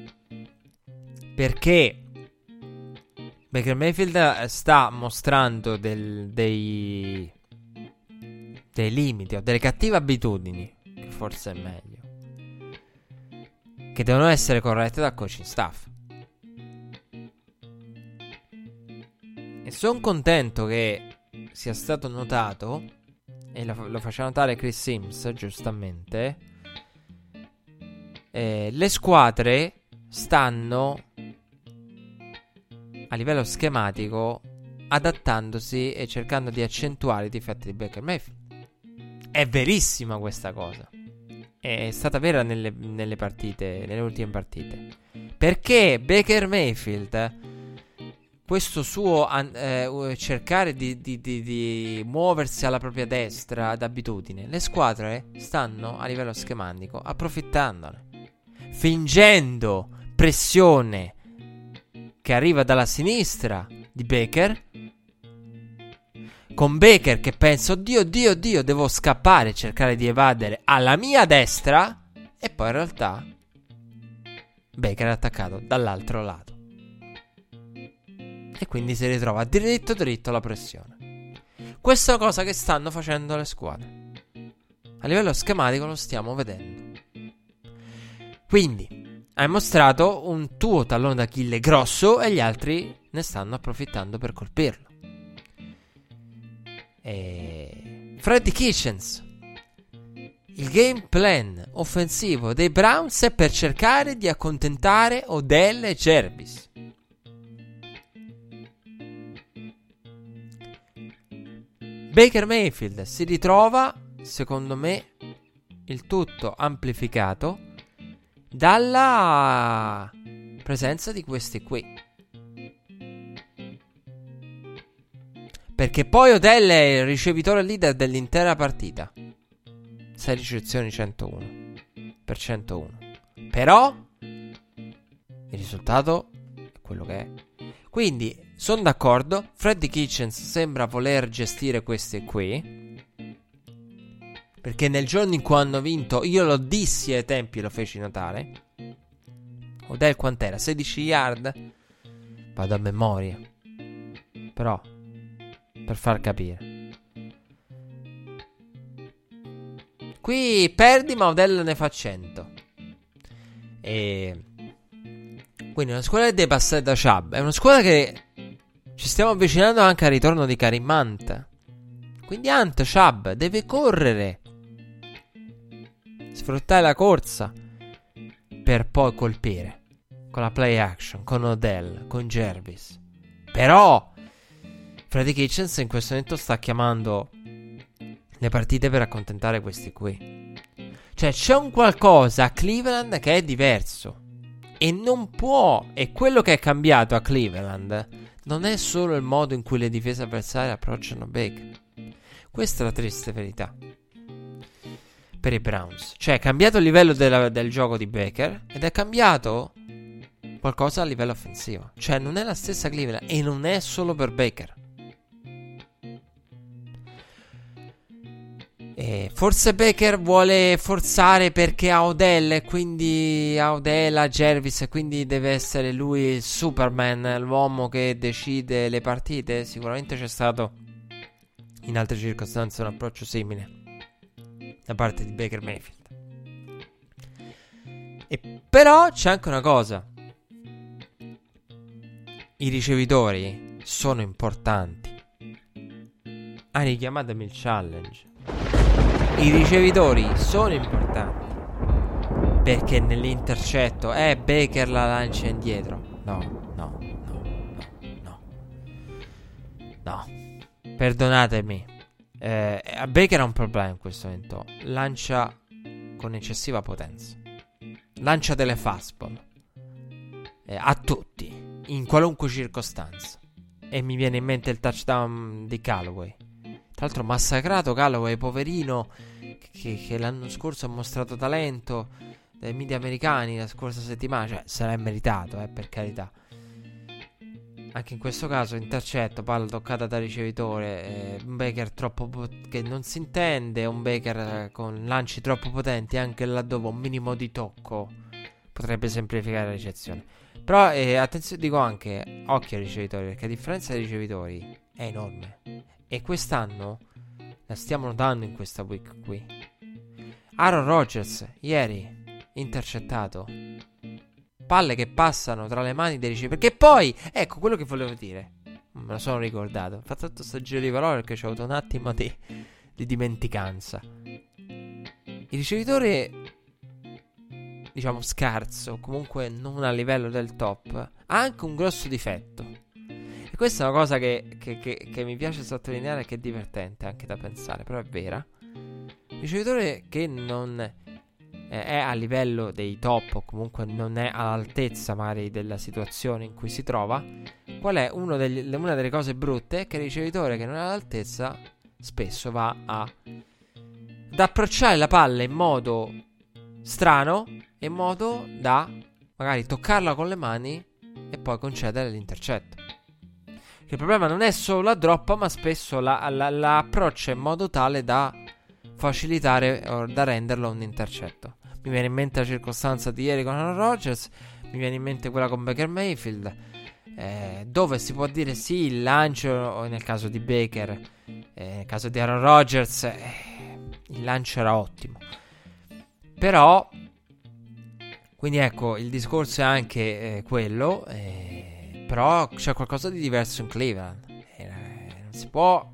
perché Baker Mayfield sta mostrando del, dei dei limiti o delle cattive abitudini, che forse è meglio, che devono essere corrette dal coaching staff. E sono contento che sia stato notato, e lo, lo faceva notare Chris Sims giustamente, eh, le squadre stanno a livello schematico adattandosi e cercando di accentuare i difetti di Baker Mayfield. È verissima questa cosa. È stata vera nelle, nelle partite, nelle ultime partite. Perché Baker Mayfield, questo suo eh, cercare di, di, di, di muoversi alla propria destra d'abitudine, le squadre stanno a livello schematico approfittandone, fingendo pressione che arriva dalla sinistra di Baker, con Baker che pensa oddio, oddio, oddio, devo scappare e cercare di evadere alla mia destra, e poi in realtà Baker è attaccato dall'altro lato e quindi si ritrova dritto dritto alla pressione. Questa è una cosa che stanno facendo le squadre. A livello schematico lo stiamo vedendo. Quindi hai mostrato un tuo tallone d'Achille grosso e gli altri ne stanno approfittando per colpirlo. E Freddie Kitchens, il game plan offensivo dei Browns è per cercare di accontentare Odell e Jervis. Baker Mayfield si ritrova, secondo me, il tutto amplificato dalla presenza di questi qui. Perché poi Odell è il ricevitore leader dell'intera partita. sei ricezioni, centouno per centouno. Però il risultato è quello che è. Quindi sono d'accordo. Freddie Kitchens sembra voler gestire questi qui, perché nel giorno in cui hanno vinto, io lo dissi ai tempi, lo feci notare, Odell quant'era? sedici yard? Vado a memoria, però per far capire, qui perdi ma Odell ne fa cento. E quindi una squadra che deve passare da Chubb. È una squadra che ci stiamo avvicinando anche al ritorno di Kareem Hunt. Quindi Hunt, Chubb deve correre, sfruttare la corsa per poi colpire con la play action, con Odell, con Jervis. Però Freddie Kitchens in questo momento sta chiamando le partite per accontentare questi qui. Cioè c'è un qualcosa a Cleveland che è diverso e non può. E quello che è cambiato a Cleveland non è solo il modo in cui le difese avversarie approcciano Baker. Questa è la triste verità per i Browns. Cioè è cambiato il livello della, del gioco di Baker, ed è cambiato qualcosa a livello offensivo. Cioè non è la stessa Cleveland, e non è solo per Baker. E forse Baker vuole forzare perché ha Odell, e quindi ha Odell, ha Jervis, e quindi deve essere lui il Superman, l'uomo che decide le partite. Sicuramente c'è stato in altre circostanze un approccio simile da parte di Baker Mayfield. E però c'è anche una cosa: i ricevitori sono importanti. Ah, richiamatemi il challenge. I ricevitori sono importanti, perché nell'intercetto eh Baker la lancia indietro. No, no, no, no, no. No. Perdonatemi. Eh, a Baker ha un problema in questo momento. Lancia con eccessiva potenza. Lancia delle fastball eh, a tutti, in qualunque circostanza. E mi viene in mente il touchdown di Callaway. Tra l'altro massacrato Callaway, poverino, che, che l'anno scorso ha mostrato talento dai media americani la scorsa settimana, cioè se l'è meritato, eh, per carità. Anche in questo caso intercetto, palla toccata da ricevitore, eh, un Baker troppo po- che non si intende, un Baker eh, con lanci troppo potenti, anche laddove un minimo di tocco potrebbe semplificare la ricezione. Però eh, attenzione, dico anche occhio ai ricevitori, perché a differenza dei ricevitori è enorme, e quest'anno la stiamo notando in questa week qui. Aaron Rodgers ieri intercettato, palle che passano tra le mani dei ricevitori. Perché poi, ecco quello che volevo dire, me lo sono ricordato, ho fatto tutto sto giro di parole perché c'ho avuto un attimo di, di dimenticanza. Il ricevitore, diciamo scarso, comunque non a livello del top, ha anche un grosso difetto, e questa è una cosa che, che, che, che mi piace sottolineare, che è divertente anche da pensare, però è vera. Il ricevitore che non è a livello dei top, o comunque non è all'altezza magari della situazione in cui si trova, qual è uno degli, una delle cose brutte? Che il ricevitore che non è all'altezza spesso va a ad approcciare la palla in modo strano, in modo da magari toccarla con le mani e poi concedere l'intercetto. Il problema non è solo la droppa, ma spesso la, la, la approccia in modo tale da facilitare o da renderlo un intercetto. Mi viene in mente la circostanza di ieri con Aaron Rodgers, mi viene in mente quella con Baker Mayfield, eh, dove si può dire sì, il lancio, o nel caso di Baker, eh, nel caso di Aaron Rodgers, eh, il lancio era ottimo. Però, quindi ecco, il discorso è anche eh, quello, eh, però c'è qualcosa di diverso in Cleveland. Eh, non si può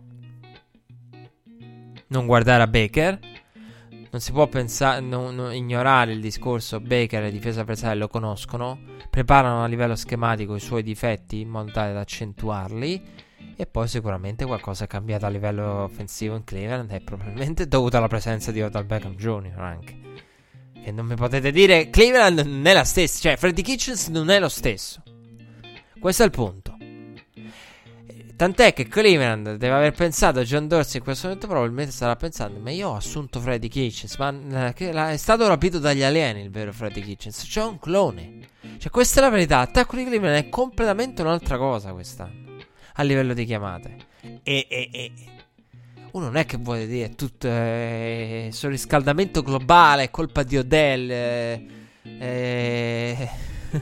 non guardare a Baker, non si può pensare, non, non ignorare il discorso. Baker e la difesa avversaria lo conoscono, preparano a livello schematico i suoi difetti in modo tale da accentuarli, e poi sicuramente qualcosa è cambiato a livello offensivo in Cleveland, e probabilmente dovuto alla presenza di Odell Beckham Junior anche. E non mi potete dire Cleveland non è la stessa, cioè Freddie Kitchens non è lo stesso. Questo è il punto. Tant'è che Cleveland deve aver pensato a John Dorsey in questo momento, probabilmente starà pensando: ma io ho assunto Freddie Kitchens, ma è stato rapito dagli alieni il vero Freddie Kitchens, c'è un clone. Cioè questa è la verità. L'attacco di Cleveland è completamente un'altra cosa quest'anno a livello di chiamate. E, e, e uno non è che vuole dire tutto eh, surriscaldamento globale, è colpa di Odell, eh, eh,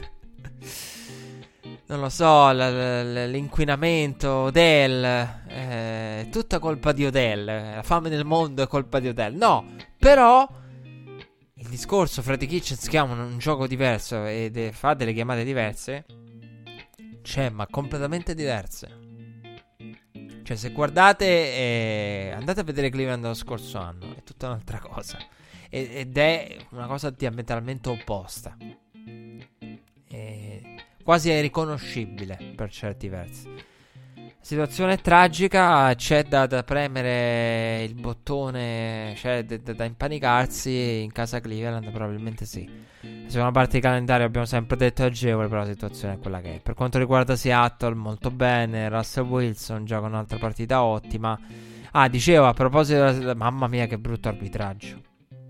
non lo so, l- l- l'inquinamento, Odell, eh, tutta colpa di Odell, la fame nel mondo è colpa di Odell. No, però il discorso Freddie Kitchens chiama un gioco diverso e de- fa delle chiamate diverse, c'è, ma completamente diverse. Cioè se guardate, eh, andate a vedere Cleveland dello scorso anno, è tutta un'altra cosa, e- ed è una cosa diametralmente opposta, e quasi riconoscibile per certi versi. La situazione è tragica, c'è da, da premere il bottone, c'è da, da, da impanicarsi in casa Cleveland, probabilmente sì. La seconda parte di calendario abbiamo sempre detto è agevole, però la situazione è quella che è. Per quanto riguarda Seattle, molto bene, Russell Wilson gioca un'altra partita ottima. Ah, dicevo, a proposito della... mamma mia che brutto arbitraggio.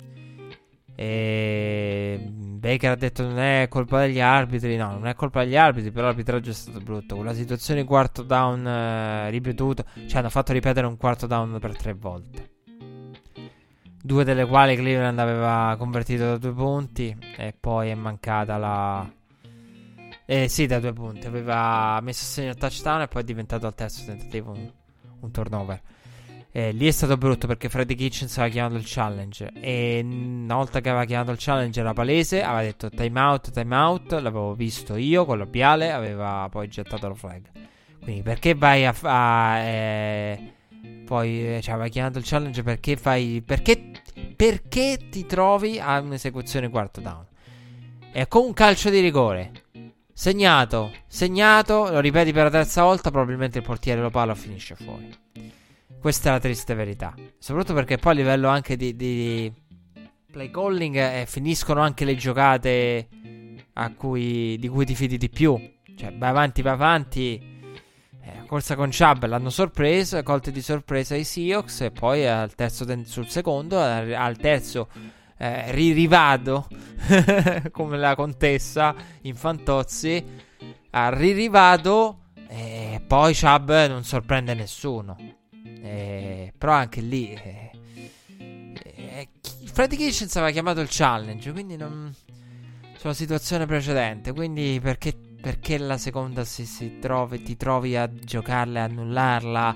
E Baker ha detto non è colpa degli arbitri. No, non è colpa degli arbitri, però l'arbitraggio è stato brutto. Quella situazione quarto down eh, ripetuto, cioè hanno fatto ripetere un quarto down per tre volte, due delle quali Cleveland aveva convertito da due punti, e poi è mancata la eh sì da due punti, aveva messo a segno il touchdown e poi è diventato al terzo tentativo un, un turnover. Eh, lì è stato brutto perché Freddie Kitchens aveva chiamato il challenge, e una volta che aveva chiamato il challenge era palese, aveva detto time out, time out, l'avevo visto io con l'occhiale, aveva poi gettato la flag. Quindi perché vai a fa eh, poi cioè aveva chiamato il challenge, perché fai perché perché ti trovi a un'esecuzione quarto down e con un calcio di rigore segnato, segnato, lo ripeti per la terza volta, probabilmente il portiere lo palla o finisce fuori. Questa è la triste verità, soprattutto perché poi a livello anche di, di play calling eh, finiscono anche le giocate a cui, di cui ti fidi di più. Cioè vai avanti, vai avanti, eh, corsa con Chubb l'hanno sorpreso, colti di sorpresa i Seahawks, e poi al terzo ten- sul secondo, al, al terzo eh, ririvado come la contessa in Fantozzi, al ririvado, e eh, poi Chubb non sorprende nessuno, eh, però anche lì eh, eh, Freddie Kitchens aveva chiamato il challenge, quindi non, sulla situazione precedente, quindi perché, perché la seconda si, si trovi, ti trovi a giocarla e annullarla?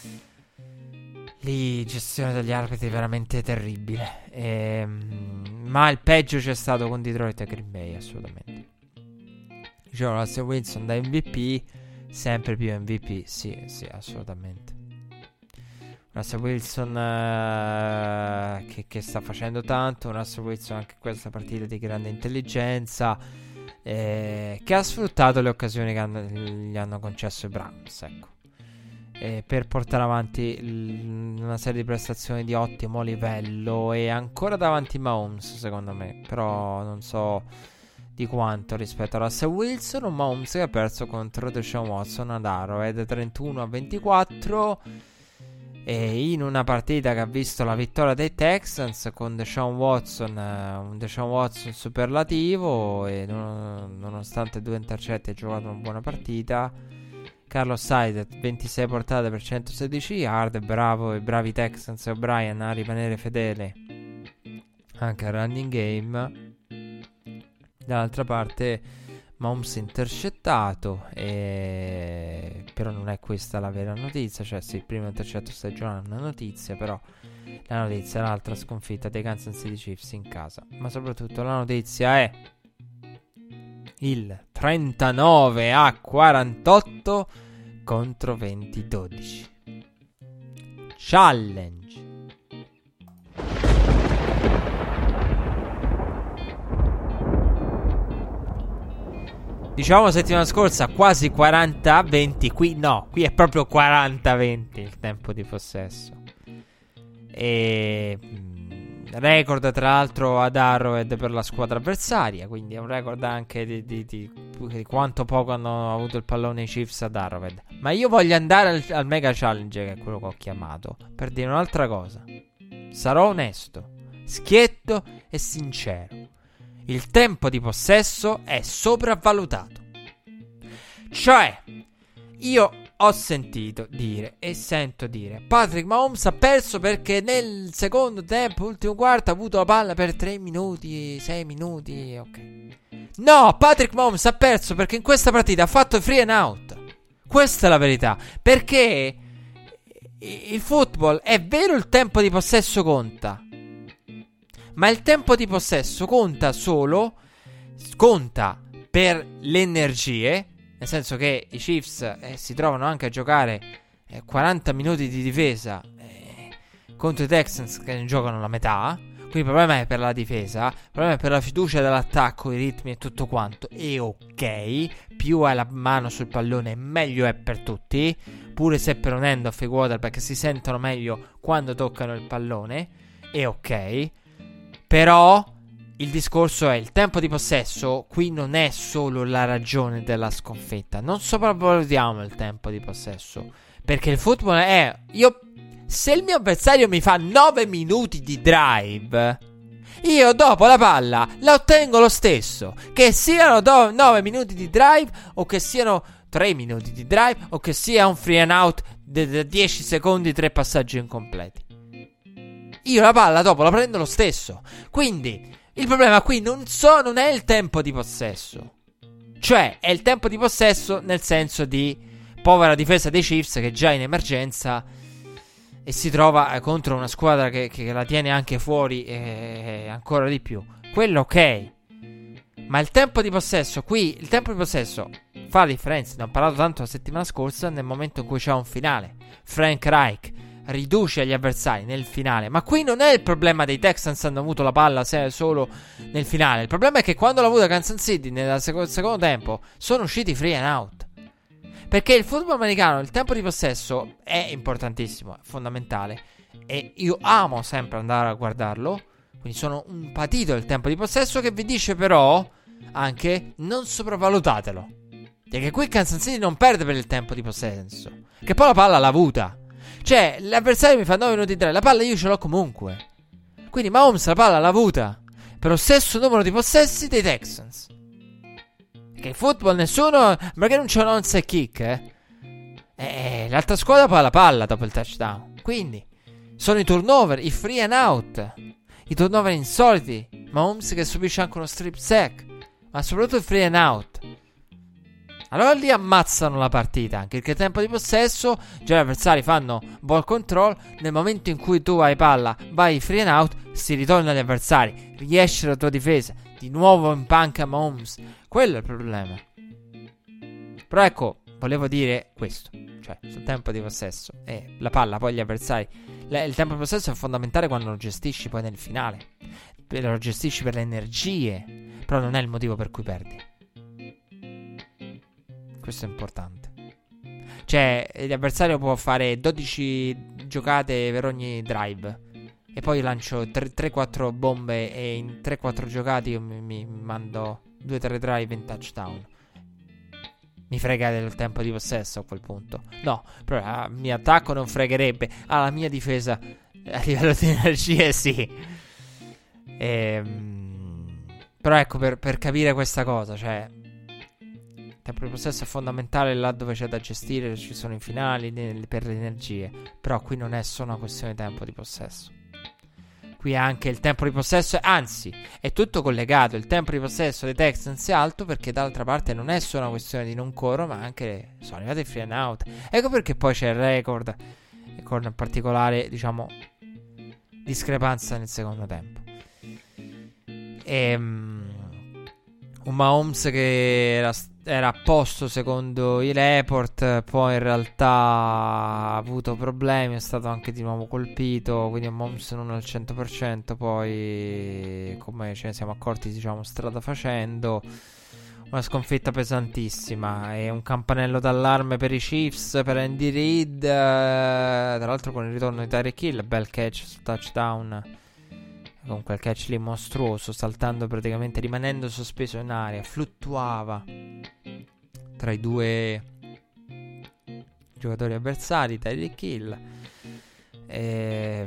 Lì gestione degli arbitri veramente terribile, ehm, ma il peggio c'è stato con Detroit e Green Bay, assolutamente. Dicevo, Russell Wilson da M V P, sempre più M V P, sì, sì, assolutamente. Russell Wilson uh, che, che sta facendo tanto. Russell Wilson anche questa partita di grande intelligenza, eh, che ha sfruttato le occasioni che hanno, gli hanno concesso i Browns, ecco, eh, per portare avanti l- una serie di prestazioni di ottimo livello, e ancora davanti Mahomes secondo me, però non so di quanto rispetto a Russell Wilson. Un Mahomes che ha perso contro Deshaun Watson ad Arrowhead trentuno a ventiquattro, e in una partita che ha visto la vittoria dei Texans con Deshaun Watson, eh, un Deshaun Watson superlativo, e non, nonostante due intercetti ha giocato una buona partita. Carlos Hyde ventisei portate per centosedici yard, bravo e bravi Texans e O'Brien a rimanere fedele anche al running game. Dall'altra parte Mahomes intercettato, e... però non è questa la vera notizia. Cioè sì, il primo intercetto stagionale è una notizia, però la notizia è l'altra sconfitta dei Kansas City Chiefs in casa. Ma soprattutto la notizia è il trentanove a quarantotto contro venti dodici. Challenge. Diciamo settimana scorsa quasi quaranta a venti, qui no, qui è proprio quaranta a venti il tempo di possesso. E mh, record tra l'altro ad Arrowhead per la squadra avversaria, quindi è un record anche di, di, di, di quanto poco hanno avuto il pallone i Chiefs ad Arrowhead. Ma io voglio andare al, al Mega Challenge, che è quello che ho chiamato, per dire un'altra cosa. Sarò onesto, schietto e sincero. Il tempo di possesso è sopravvalutato. Cioè, io ho sentito dire e sento dire: Patrick Mahomes ha perso perché nel secondo tempo, ultimo quarto, ha avuto la palla per tre minuti, sei minuti, ok. No, Patrick Mahomes ha perso perché in questa partita ha fatto free and out. Questa è la verità. Perché il football, è vero, il tempo di possesso conta, ma il tempo di possesso conta solo, conta per le energie, nel senso che i Chiefs eh, si trovano anche a giocare eh, quaranta minuti di difesa eh, contro i Texans che ne giocano la metà. Quindi il problema è per la difesa, il problema è per la fiducia dell'attacco, i ritmi e tutto quanto. E ok, più hai la mano sul pallone meglio è per tutti, pure se per un handoff e quarterback si sentono meglio quando toccano il pallone. E ok, però il discorso è: il tempo di possesso qui non è solo la ragione della sconfitta. Non sopravvalutiamo il tempo di possesso, perché il football è, io, se il mio avversario mi fa nove minuti di drive, io dopo la palla la ottengo lo stesso, che siano do- nove minuti di drive o che siano tre minuti di drive o che sia un free and out di dieci secondi, tre passaggi incompleti. Io la palla dopo la prendo lo stesso. Quindi il problema qui non so, non è il tempo di possesso. Cioè è il tempo di possesso nel senso di povera difesa dei Chiefs, che già in emergenza e si trova contro una squadra che, che la tiene anche fuori, e ancora di più. Quello ok, ma il tempo di possesso qui, il tempo di possesso fa la differenza. Ne ho parlato tanto la settimana scorsa, nel momento in cui c'è un finale. Frank Reich riduce gli avversari nel finale, ma qui non è il problema dei Texans hanno avuto la palla solo nel finale. Il problema è che quando l'ha avuta Kansas City nel seco- secondo tempo sono usciti free and out, perché il football americano, il tempo di possesso è importantissimo, è fondamentale, e io amo sempre andare a guardarlo. Quindi sono un patito del tempo di possesso, che vi dice però anche: non sopravvalutatelo. è che qui Kansas City non perde per il tempo di possesso, che poi la palla l'ha avuta. Cioè, l'avversario mi fa nove minuti tre, la palla io ce l'ho comunque. Quindi Mahomes la palla l'ha avuta per lo stesso numero di possessi dei Texans. Che in football nessuno, magari non c'è un onside kick, eh. E l'altra squadra poi ha la palla dopo il touchdown. Quindi sono i turnover, i free and out, i turnover insoliti. Mahomes che subisce anche uno strip sack, ma soprattutto il free and out. Allora lì ammazzano la partita, anche perché il tempo di possesso, già gli avversari fanno ball control. Nel momento in cui tu hai palla, vai free and out, si ritorna agli avversari, riesce la tua difesa, di nuovo in panca Mahomes. Quello è il problema. Però ecco, volevo dire questo, cioè sul tempo di possesso e la palla, poi gli avversari. Il tempo di possesso è fondamentale quando lo gestisci poi nel finale, lo gestisci per le energie, però non è il motivo per cui perdi. Questo è importante. Cioè, l'avversario può fare dodici giocate per ogni drive e poi lancio tre quattro bombe e in tre quattro giocate io mi, mi mando due tre drive in touchdown. Mi frega del tempo di possesso a quel punto. No, però al mio attacco non fregherebbe. Alla mia difesa a livello di energie sì. Ehm, però ecco, per, per capire questa cosa, cioè il tempo di possesso è fondamentale là dove c'è da gestire, ci sono i finali per le energie. Però qui non è solo una questione di tempo di possesso. Qui anche il tempo di possesso, anzi, è tutto collegato. Il tempo di possesso dei Texans è alto perché dall'altra parte non è solo una questione di non corro, ma anche sono arrivati i free and out. Ecco perché poi c'è il record, e con in particolare, diciamo, discrepanza nel secondo tempo. E um, un Mahomes che era, era a posto secondo i report, poi in realtà ha avuto problemi, è stato anche di nuovo colpito, quindi un Mahomes non al cento per cento, poi come ce ne siamo accorti, diciamo, strada facendo, una sconfitta pesantissima e un campanello d'allarme per i Chiefs, per Andy Reid, eh, tra l'altro con il ritorno di Tyreek Hill, bel catch sul touchdown, con quel catch lì mostruoso, saltando praticamente, rimanendo sospeso in aria, fluttuava tra i due giocatori avversari, Tyreek Hill. E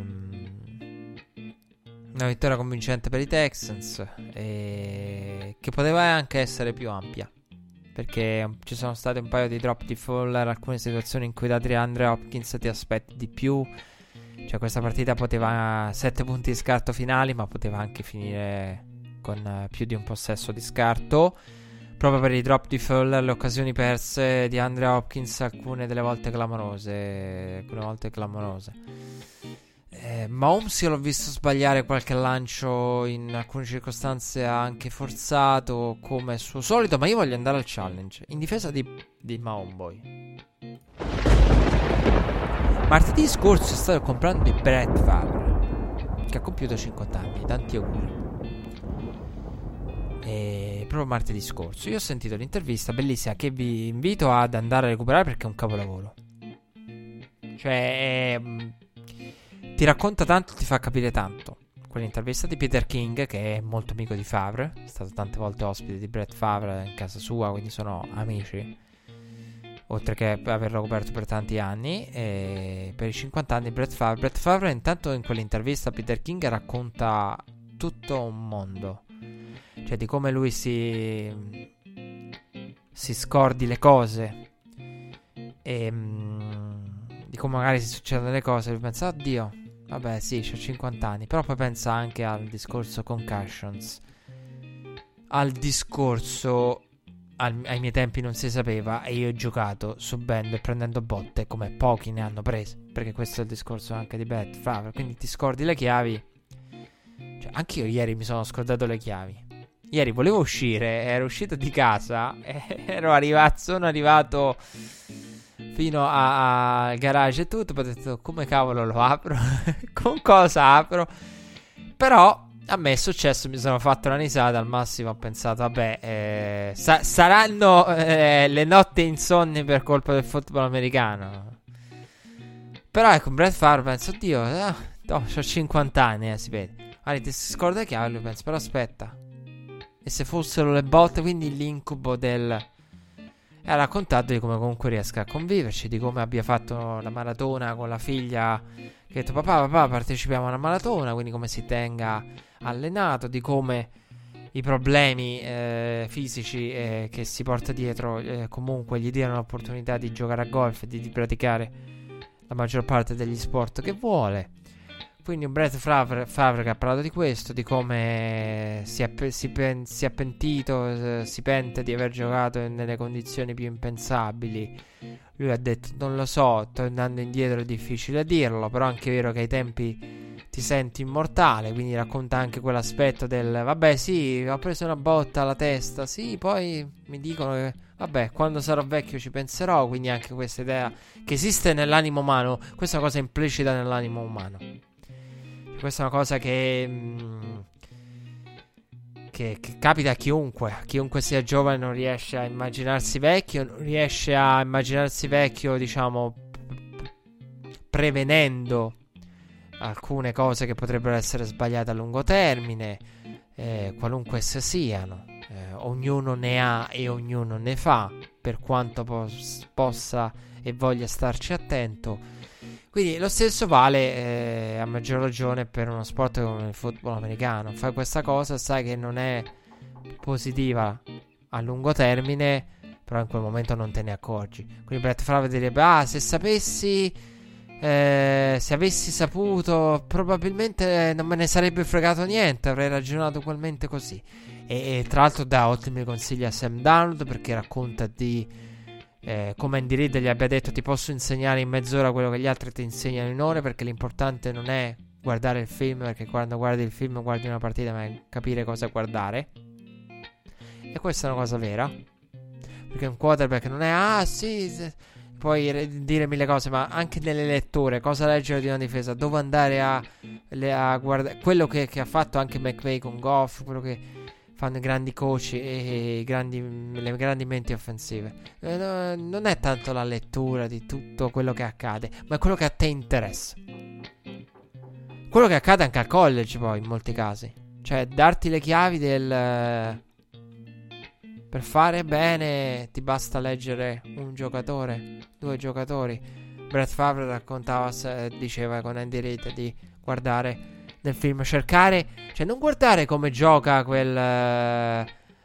una vittoria convincente per i Texans, e che poteva anche essere più ampia, perché ci sono state un paio di drop di Fuller, alcune situazioni in cui da DeAndre Hopkins ti aspetti di più. Cioè questa partita poteva sette punti di scarto finali, ma poteva anche finire con uh, più di un possesso di scarto, proprio per i drop di Fuller, le occasioni perse di Andre Hopkins, alcune delle volte clamorose, alcune volte clamorose. Eh, Mahomes io l'ho visto sbagliare qualche lancio, in alcune circostanze ha anche forzato come suo solito, ma io voglio andare al challenge in difesa di, di Mahomes boy. Martedì scorso è stato il compleanno di Brett Favre, che ha compiuto cinquanta anni, tanti auguri. E proprio martedì scorso io ho sentito l'intervista bellissima che vi invito ad andare a recuperare perché è un capolavoro. Cioè è, ti racconta tanto, ti fa capire tanto. Quell'intervista di Peter King, che è molto amico di Favre, è stato tante volte ospite di Brett Favre in casa sua, quindi sono amici, oltre che averlo coperto per tanti anni. E per i cinquanta anni Brett Favre Brett Favre intanto in quell'intervista Peter King racconta tutto un mondo, cioè di come lui si si scordi le cose e mh, di come magari si succedono le cose, lui pensa oddio vabbè sì c'ho cinquanta anni, però poi pensa anche al discorso concussions, al discorso Al, ai miei tempi non si sapeva e io ho giocato subendo e prendendo botte come pochi ne hanno prese, perché questo è il discorso anche di Brett Favre. Quindi ti scordi le chiavi, cioè anche io ieri mi sono scordato le chiavi. Ieri volevo uscire, ero uscito di casa e ero arrivato, sono arrivato fino al garage e tutto, poi ho detto come cavolo lo apro con cosa apro, però a me è successo, mi sono fatto una risata, al massimo ho pensato vabbè eh, sa- saranno eh, le notti insonni per colpa del football americano. Però ecco Brett Favre penso oddio eh, no, ho cinquanta anni eh, si vede, allora ti si scorda che lui penso però aspetta, e se fossero le botte, quindi l'incubo del e ha raccontato di come comunque riesca a conviverci, di come abbia fatto la maratona con la figlia, che ha detto papà papà partecipiamo a una maratona, quindi come si tenga allenato, di come i problemi eh, fisici eh, che si porta dietro eh, comunque gli diano l'opportunità di giocare a golf e di, di praticare la maggior parte degli sport che vuole. Quindi un Brett Favre, Favre che ha parlato di questo, di come si è, si, pen, si è pentito, eh, si pente di aver giocato nelle condizioni più impensabili. Lui ha detto non lo so, tornando indietro è difficile dirlo, però è anche vero che ai tempi ti senti immortale, quindi racconta anche quell'aspetto del vabbè sì, ho preso una botta alla testa, sì, poi mi dicono che vabbè, quando sarò vecchio ci penserò, quindi anche questa idea che esiste nell'animo umano, questa è una cosa implicita nell'animo umano. Questa è una cosa che, mh, che, che capita a chiunque. Chiunque sia giovane non riesce a immaginarsi vecchio, non riesce a immaginarsi vecchio, diciamo, prevenendo alcune cose che potrebbero essere sbagliate a lungo termine, eh, qualunque esse siano. Eh, ognuno ne ha e ognuno ne fa, per quanto pos- possa e voglia starci attento. Quindi lo stesso vale eh, a maggior ragione per uno sport come il football americano. Fai questa cosa, sai che non è positiva a lungo termine, però in quel momento non te ne accorgi. Quindi Brett Favre direbbe ah, se sapessi, eh, se avessi saputo, probabilmente non me ne sarebbe fregato niente, avrei ragionato ugualmente così. E, e tra l'altro dà ottimi consigli a Sam Darnold, perché racconta di Eh, come Andy Reid gli abbia detto ti posso insegnare in mezz'ora quello che gli altri ti insegnano in ore, perché l'importante non è guardare il film, perché quando guardi il film guardi una partita, ma è capire cosa guardare. E questa è una cosa vera, perché un quarterback non è ah sì se... puoi dire mille cose, ma anche nelle letture cosa leggere di una difesa, dove andare a, a guardare quello che, che ha fatto anche McVay con Goff, quello che fanno i grandi coach e i grandi, le grandi menti offensive. Eh, no, non è tanto la lettura di tutto quello che accade, ma è quello che a te interessa. Quello che accade anche al college poi in molti casi. Cioè darti le chiavi del... per fare bene ti basta leggere un giocatore, due giocatori. Brett Favre raccontava, diceva con Andy Reid di guardare nel film, cercare, cioè non guardare come gioca quel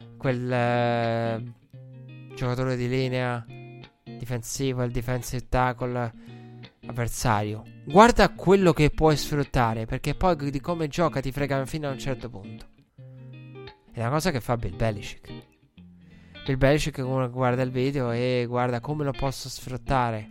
quel uh, giocatore di linea difensivo, il defensive tackle avversario, guarda quello che puoi sfruttare, perché poi di come gioca ti frega fino a un certo punto. È una cosa che fa Bill Belichick. Bill Belichick guarda il video e guarda come lo posso sfruttare,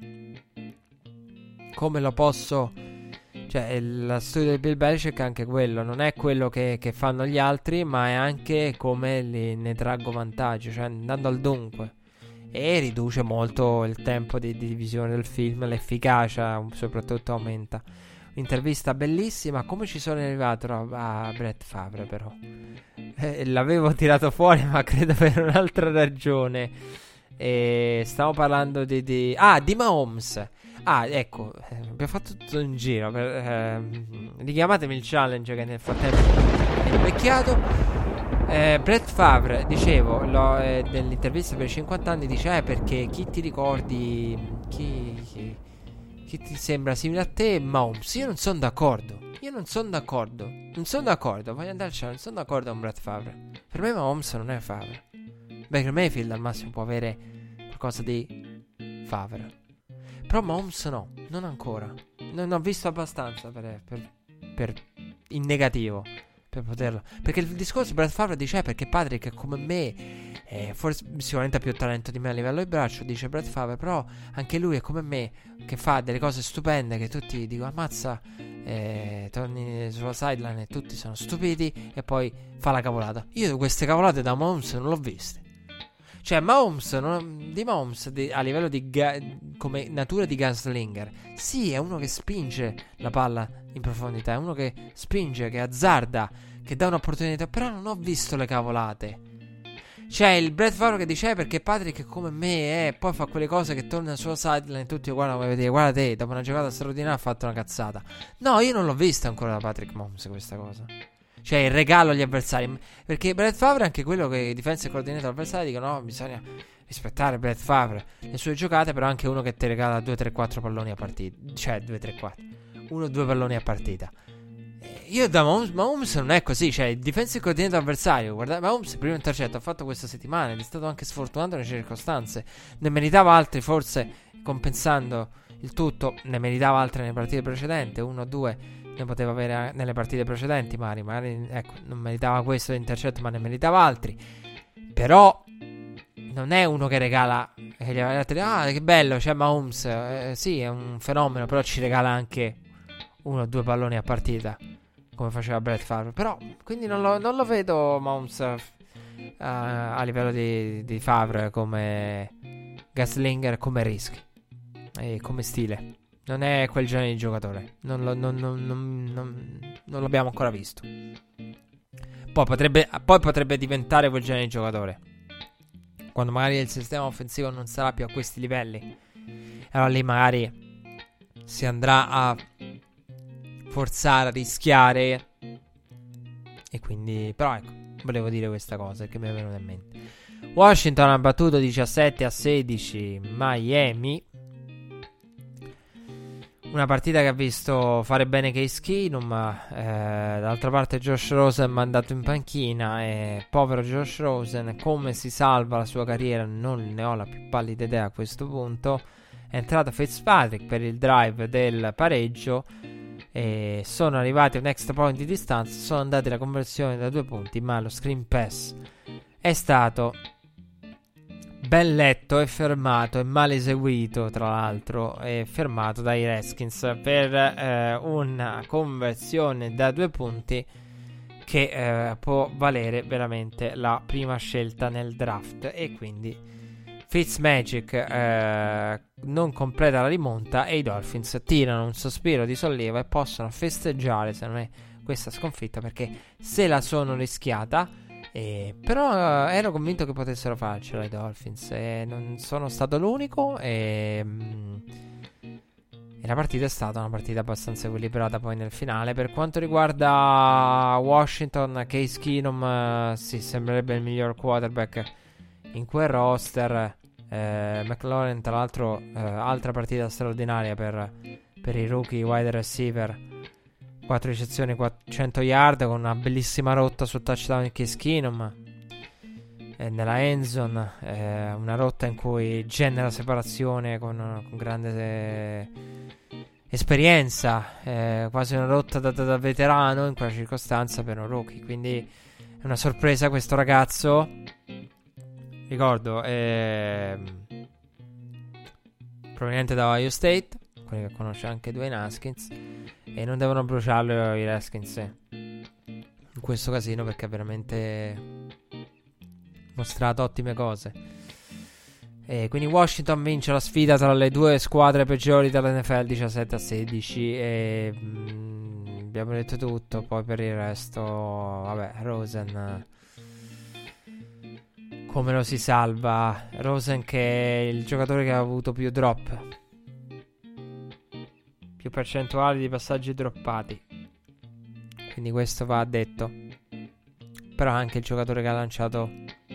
come lo posso. Cioè, la storia di Bill Belichick è anche quello. Non è quello che, che fanno gli altri, ma è anche come li, ne traggo vantaggio. Cioè, andando al dunque. E riduce molto il tempo di, di divisione del film. L'efficacia soprattutto aumenta. Un'intervista bellissima. Come ci sono arrivato a, a Brett Favre, però? Eh, l'avevo tirato fuori, ma credo per un'altra ragione. E stavo parlando di, di... Ah, di Mahomes. Ah, ecco, eh, abbiamo fatto tutto un giro per, eh, richiamatemi il challenge che nel frattempo è invecchiato. eh, Brett Favre, dicevo lo, eh, nell'intervista per i cinquanta anni dice eh, perché chi ti ricordi, chi, chi, chi ti sembra simile a te è Mahomes. Io non sono d'accordo. Io non sono d'accordo Non sono d'accordo, voglio andare al cielo. Non sono d'accordo con Brett Favre. Per me Mahomes non è Favre. Baker Mayfield al massimo può avere qualcosa di Favre, però Mahomes no, non ancora. Non ho visto abbastanza per, per, per in negativo per poterlo. Perché il discorso Brett Favre dice eh, perché Patrick è come me, eh, forse sicuramente ha più talento di me a livello di braccio, dice Brett Favre, però anche lui è come me, che fa delle cose stupende che tutti dicono ammazza, eh, torni sulla sideline e tutti sono stupiti, e poi fa la cavolata. Io queste cavolate da Mahomes non l'ho viste. Cioè Mahomes, non, di Mahomes di, a livello di ga, come natura di gunslinger, sì, è uno che spinge la palla in profondità, è uno che spinge, che azzarda, che dà un'opportunità, però non ho visto le cavolate. C'è il Brett Favre che dice eh, perché Patrick è come me, eh, poi fa quelle cose che torna sulla sideline e tutti guardano come vedere, guarda te, dopo una giocata straordinaria ha fatto una cazzata. No, io non l'ho vista ancora da Patrick Mahomes questa cosa. Cioè il regalo agli avversari, perché Brett Favre è anche quello che i defensive coordinator avversari dicono no, bisogna rispettare Brett Favre, le sue giocate, però anche uno che ti regala due tre quattro palloni a partita, cioè due tre quattro, uno due palloni a partita. Eh, io da Mahomes, Mahomes non è così, cioè il defensive coordinator avversario, guardate, Mahomes il primo intercetto ha fatto questa settimana ed è stato anche sfortunato nelle circostanze, ne meritava altri forse, compensando il tutto, ne meritava altre nelle partite precedenti, uno o due ne poteva avere nelle partite precedenti, magari, magari ecco, non meritava questo intercetto, ma ne meritava altri. Però non è uno che regala, che gli aveva detto, ah che bello, c'è Mahomes, eh, sì è un fenomeno, però ci regala anche uno o due palloni a partita, come faceva Brett Favre. Però quindi non lo, non lo vedo Mahomes uh, a livello di, di Favre come Gunslinger, come rischi e come stile. Non è quel genere di giocatore, non, lo, non, non, non, non, non l'abbiamo ancora visto. Poi potrebbe, poi potrebbe diventare quel genere di giocatore quando magari il sistema offensivo non sarà più a questi livelli, allora lì magari si andrà a forzare, a rischiare. E quindi, però ecco, volevo dire questa cosa che mi è venuta in mente. Washington ha battuto diciassette a sedici Miami, una partita che ha visto fare bene Case Keenum, ma eh, d'altra parte Josh Rosen mandato in panchina. E povero Josh Rosen, come si salva la sua carriera non ne ho la più pallida idea a questo punto. È entrato Fitzpatrick per il drive del pareggio e sono arrivati a un extra point di distanza, sono andati la conversione da due punti, ma lo screen pass è stato ben letto e fermato e mal eseguito, tra l'altro, e fermato dai Redskins per eh, una conversione da due punti che eh, può valere veramente la prima scelta nel draft. E quindi Fitzmagic eh, non completa la rimonta e i Dolphins tirano un sospiro di sollievo e possono festeggiare, se non è questa sconfitta, perché se la sono rischiata. Eh, però eh, ero convinto che potessero farcela i Dolphins e non sono stato l'unico e, mm, e la partita è stata una partita abbastanza equilibrata poi nel finale. Per quanto riguarda Washington, Case Keenum eh, sì, sembrerebbe il miglior quarterback in quel roster. eh, McLaurin tra l'altro eh, altra partita straordinaria per, per i rookie wide receiver, quattro ricezioni, cento yard, con una bellissima rotta sul touchdown di Case Keenum eh, nella end zone, eh, una rotta in cui genera separazione con, con grande eh, esperienza, eh, quasi una rotta da, da, da veterano in quella circostanza per un rookie. Quindi è una sorpresa questo ragazzo, ricordo eh, proveniente da Ohio State, quelli che conosce anche Dwayne Haskins, e non devono bruciarlo i Redskins in questo casino, perché ha veramente mostrato ottime cose. E quindi Washington vince la sfida tra le due squadre peggiori dell'N F L diciassette a sedici e mh, abbiamo detto tutto. Poi per il resto vabbè, Rosen come lo si salva? Rosen che è il giocatore che ha avuto più drop, più percentuali di passaggi droppati, quindi questo va detto. Però anche il giocatore che ha lanciato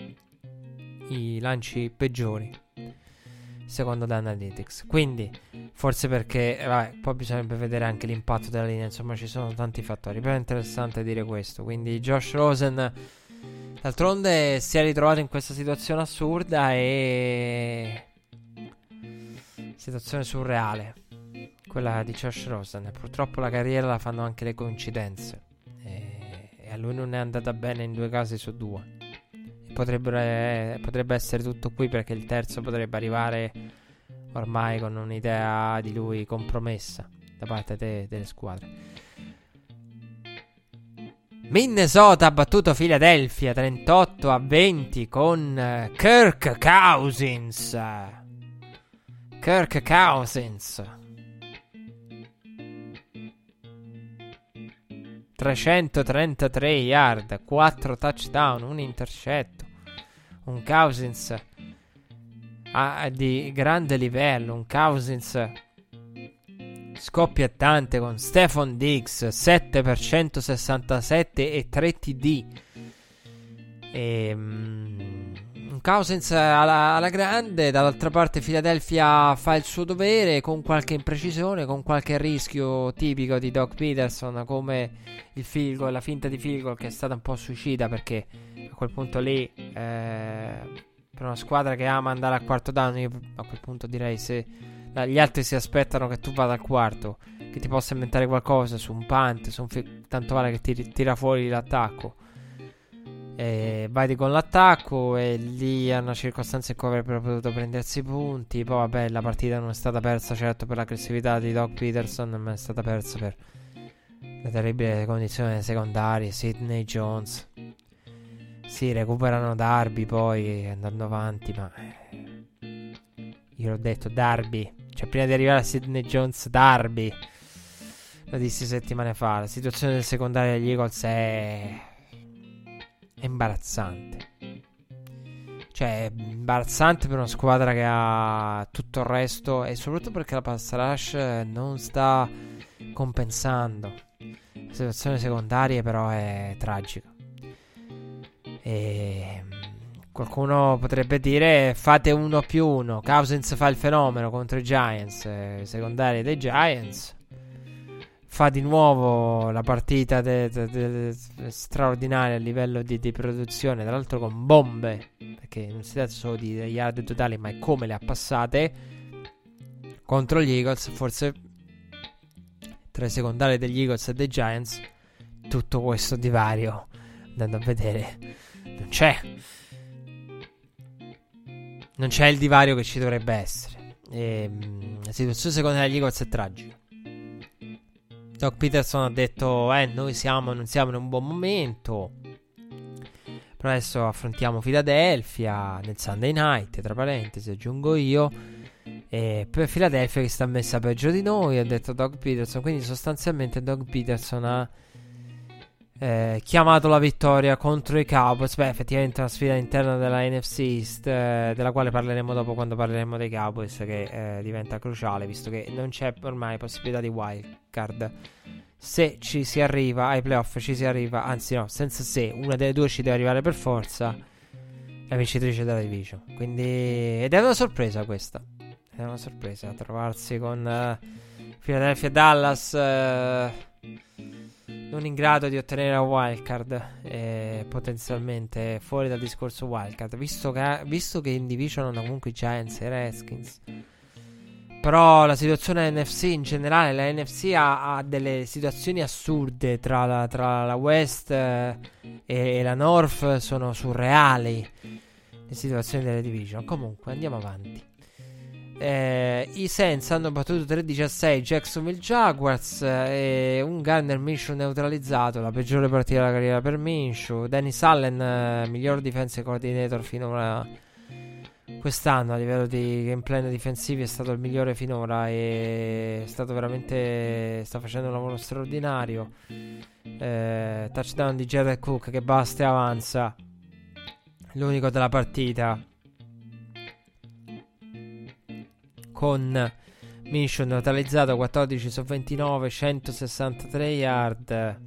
i lanci peggiori secondo The Analytics. Quindi forse perché eh, vabbè, poi bisognerebbe vedere anche l'impatto della linea, insomma ci sono tanti fattori, però è interessante dire questo. Quindi Josh Rosen d'altronde si è ritrovato in questa situazione assurda e situazione surreale quella di Josh Rosen. Purtroppo la carriera la fanno anche le coincidenze e, e a lui non è andata bene in due casi su due. Potrebbe, potrebbe essere tutto qui, perché il terzo potrebbe arrivare ormai con un'idea di lui compromessa da parte de, delle squadre. Minnesota ha battuto Philadelphia trentotto a venti con Kirk Cousins. Kirk Cousins trecentotrentatré yard, quattro touchdown, un intercetto. Un Cousins ah, di grande livello, un Cousins scoppiettante con Stephon Diggs sette per centosessantasette e tre T D. E, um, un Cousins alla, alla grande. Dall'altra parte Philadelphia fa il suo dovere con qualche imprecisione, con qualche rischio tipico di Doug Peterson, come il field goal, la finta di field goal, che è stata un po' suicida, perché a quel punto lì eh, per una squadra che ama andare al quarto down, io a quel punto direi, se gli altri si aspettano che tu vada al quarto, che ti possa inventare qualcosa su un punt, su un fi- tanto vale che ti tira fuori l'attacco, e vai con l'attacco, e lì è una circostanza in cui avrebbero potuto prendersi punti. Poi vabbè, la partita non è stata persa certo per l'aggressività di Doug Peterson, ma è stata persa per le terribili condizioni secondarie. Sidney Jones, si recuperano Darby poi andando avanti, ma io l'ho detto, Darby, cioè prima di arrivare a Sidney Jones, Darby, lo dissi settimane fa. La situazione del secondario degli Eagles è è imbarazzante. Cioè, è imbarazzante per una squadra che ha tutto il resto, e soprattutto perché la pass rush non sta compensando. La situazione secondaria però è tragica. E qualcuno potrebbe dire: fate uno più uno, Cousins fa il fenomeno contro i Giants, eh, secondaria dei Giants, fa di nuovo la partita de, de, de, de, straordinaria a livello di, di produzione, tra l'altro con bombe, perché non si tratta solo di yard totali, ma è come le ha passate contro gli Eagles. Forse tra i secondari degli Eagles e dei Giants tutto questo divario, andando a vedere, non c'è non c'è il divario che ci dovrebbe essere. E, la situazione secondaria degli Eagles è tragica. Doug Peterson ha detto eh noi siamo non siamo in un buon momento, però adesso affrontiamo Philadelphia nel Sunday Night, tra parentesi aggiungo io, e per Philadelphia che sta messa peggio di noi, ha detto Doug Peterson. Quindi sostanzialmente Doug Peterson ha eh, chiamato la vittoria contro i Cowboys. Beh, effettivamente una sfida interna della N F C East, eh, della quale parleremo dopo, quando parleremo dei Cowboys, che eh, diventa cruciale, visto che non c'è ormai possibilità di wild card. Se ci si arriva ai playoff, ci si arriva, anzi no, senza se, una delle due ci deve arrivare per forza, la vincitrice della division. Quindi, ed è una sorpresa questa, è una sorpresa trovarsi con uh, Philadelphia e Dallas uh, non in grado di ottenere la wildcard, e potenzialmente fuori dal discorso wildcard, visto che, visto che in division hanno comunque i Giants e i Redskins. Però la situazione N F C in generale, la N F C ha, ha delle situazioni assurde tra la, tra la West eh, e, e la North, sono surreali le situazioni delle division. Comunque andiamo avanti. Eh, I Saints hanno battuto tredici a sei Jacksonville Jaguars, eh, e un Gardner Minshew neutralizzato, la peggiore partita della carriera per Minshew. Dennis Allen, eh, miglior defensive coordinator finora quest'anno a livello di game plan difensivi, è stato il migliore finora, e è stato veramente, sta facendo un lavoro straordinario. Eh, touchdown di Jared Cook che basta e avanza, l'unico della partita, con Minshew neutralizzato, quattordici su ventinove, centosessantatré yard.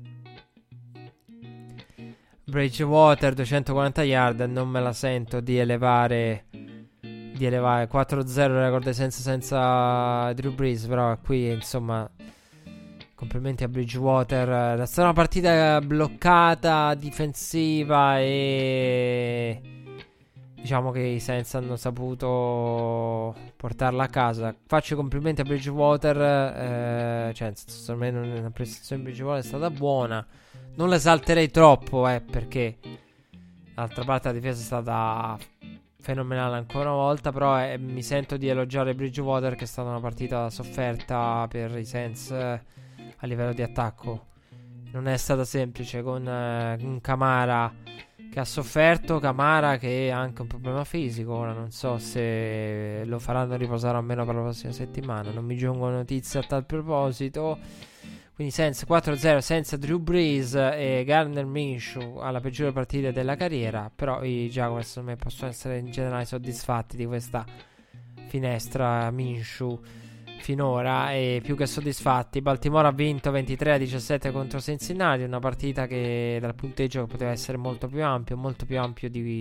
Bridgewater duecentoquaranta yard. Non me la sento di elevare Di elevare quattro zero record senza senza Drew Brees, però qui insomma complimenti a Bridgewater. È stata una partita bloccata, difensiva, e diciamo che i Saints hanno saputo portarla a casa. Faccio i complimenti a Bridgewater, eh, cioè almeno la prestazione di Bridgewater è stata buona. Non l'esalterei troppo, eh, perché d'altra parte la difesa è stata fenomenale ancora una volta, però eh, mi sento di elogiare Bridgewater, che è stata una partita sofferta per i Saints eh, a livello di attacco. Non è stata semplice, con eh, un Kamara che ha sofferto, Kamara che ha anche un problema fisico. Ora non so se lo faranno riposare o meno per la prossima settimana, non mi giungono notizie a tal proposito. Quindi Saints quattro zero senza Drew Brees e Gardner Minshew alla peggiore partita della carriera. Però i Jaguars secondo me possono essere in generale soddisfatti di questa finestra Minshew finora, e più che soddisfatti. Baltimore ha vinto ventitré a diciassette contro Cincinnati, una partita che dal punteggio poteva essere molto più ampio, molto più ampio di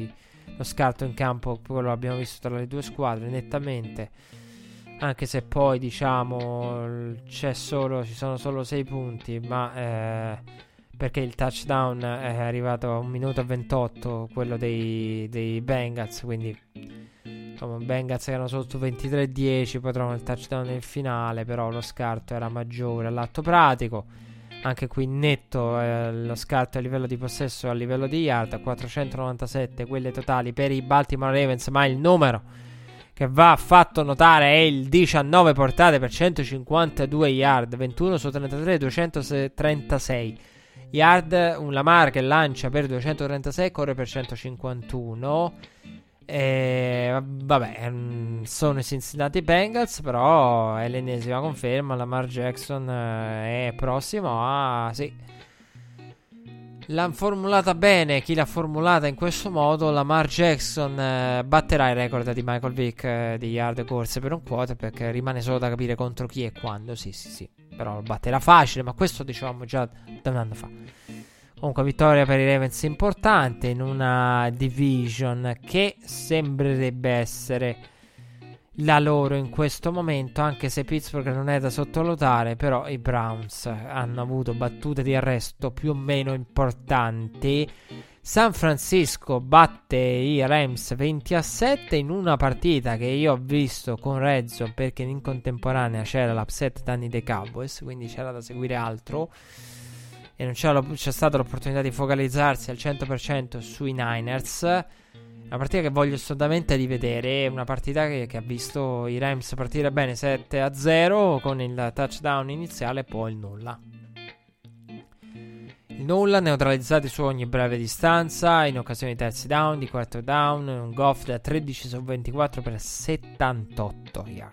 lo scarto in campo, quello l'abbiamo visto tra le due squadre nettamente, anche se poi diciamo c'è solo, ci sono solo sei punti, ma eh, perché il touchdown è arrivato a un minuto e ventotto, quello dei, dei Bengals, quindi insomma Bengals erano sotto ventitré a dieci, poi trovano il touchdown nel finale, però lo scarto era maggiore all'atto pratico. Anche qui netto eh, lo scarto a livello di possesso e a livello di yard, quattrocentonovantasette quelle totali per i Baltimore Ravens, ma il numero che va fatto notare è il diciannove portate per centocinquantadue yard, ventuno su trentatré, duecentotrentasei yard, un Lamar che lancia per duecentotrentasei, corre per centocinquantuno. E vabbè, sono i Cincinnati Bengals, però è l'ennesima conferma. Lamar Jackson è prossimo a sì. L'hanno formulata bene chi l'ha formulata in questo modo. Lamar Jackson eh, batterà il record di Michael Vick eh, di yard corse per un quarterback, perché rimane solo da capire contro chi e quando. Sì, sì, sì. Però lo batterà facile, ma questo dicevamo già da un anno fa. Comunque vittoria per i Ravens importante in una division che sembrerebbe essere la loro in questo momento, anche se Pittsburgh non è da sottovalutare, però i Browns hanno avuto battute di arresto più o meno importanti. San Francisco batte i Rams venti a sette in una partita che io ho visto con Redzone, perché in contemporanea c'era l'upset danni dei Cowboys, quindi c'era da seguire altro e non c'è, c'è stata l'opportunità di focalizzarsi al cento per cento sui Niners. Una partita che voglio assolutamente rivedere, una partita che, che ha visto i Rams partire bene sette a zero con il touchdown iniziale e poi il nulla. Il nulla neutralizzati su ogni breve distanza in occasione di terzi down, di quarto down, un Goff da tredici su ventiquattro per settantotto yard.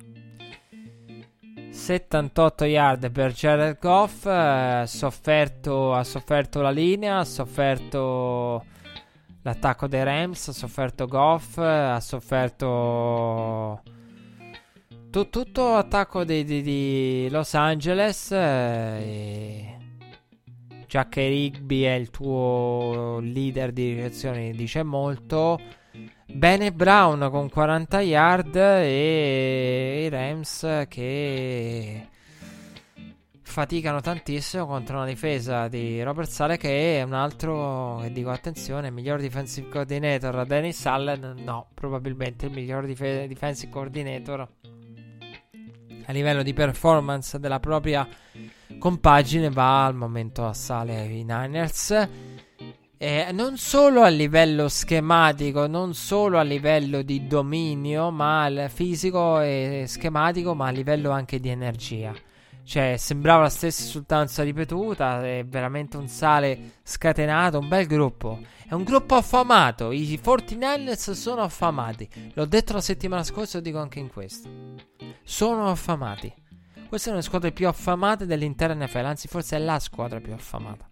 settantotto yard per Jared Goff, eh, sofferto, ha sofferto la linea, ha sofferto l'attacco dei Rams, ha sofferto Goff, ha sofferto tu, tutto l'attacco di, di, di Los Angeles. Eh, Jack Rigby è il tuo leader di ricezioni, dice molto. Bene Brown con quaranta yard e i Rams che faticano tantissimo contro una difesa di Robert Saleh, che è un altro, che dico attenzione, miglior defensive coordinator Dennis Allen, no, probabilmente il miglior dif- defensive coordinator a livello di performance della propria compagine va al momento a Saleh ai Niners. Eh, non solo a livello schematico, non solo a livello di dominio, ma al fisico e schematico, ma a livello anche di energia. Cioè, sembrava la stessa esultanza ripetuta, è veramente un sale scatenato, un bel gruppo. È un gruppo affamato, i quarantanovers sono affamati. L'ho detto la settimana scorsa, lo dico anche in questo. Sono affamati. Questa è una delle squadre più affamate dell'intera N F L, anzi forse è la squadra più affamata.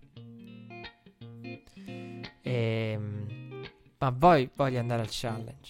E... ma poi voglio andare al challenge.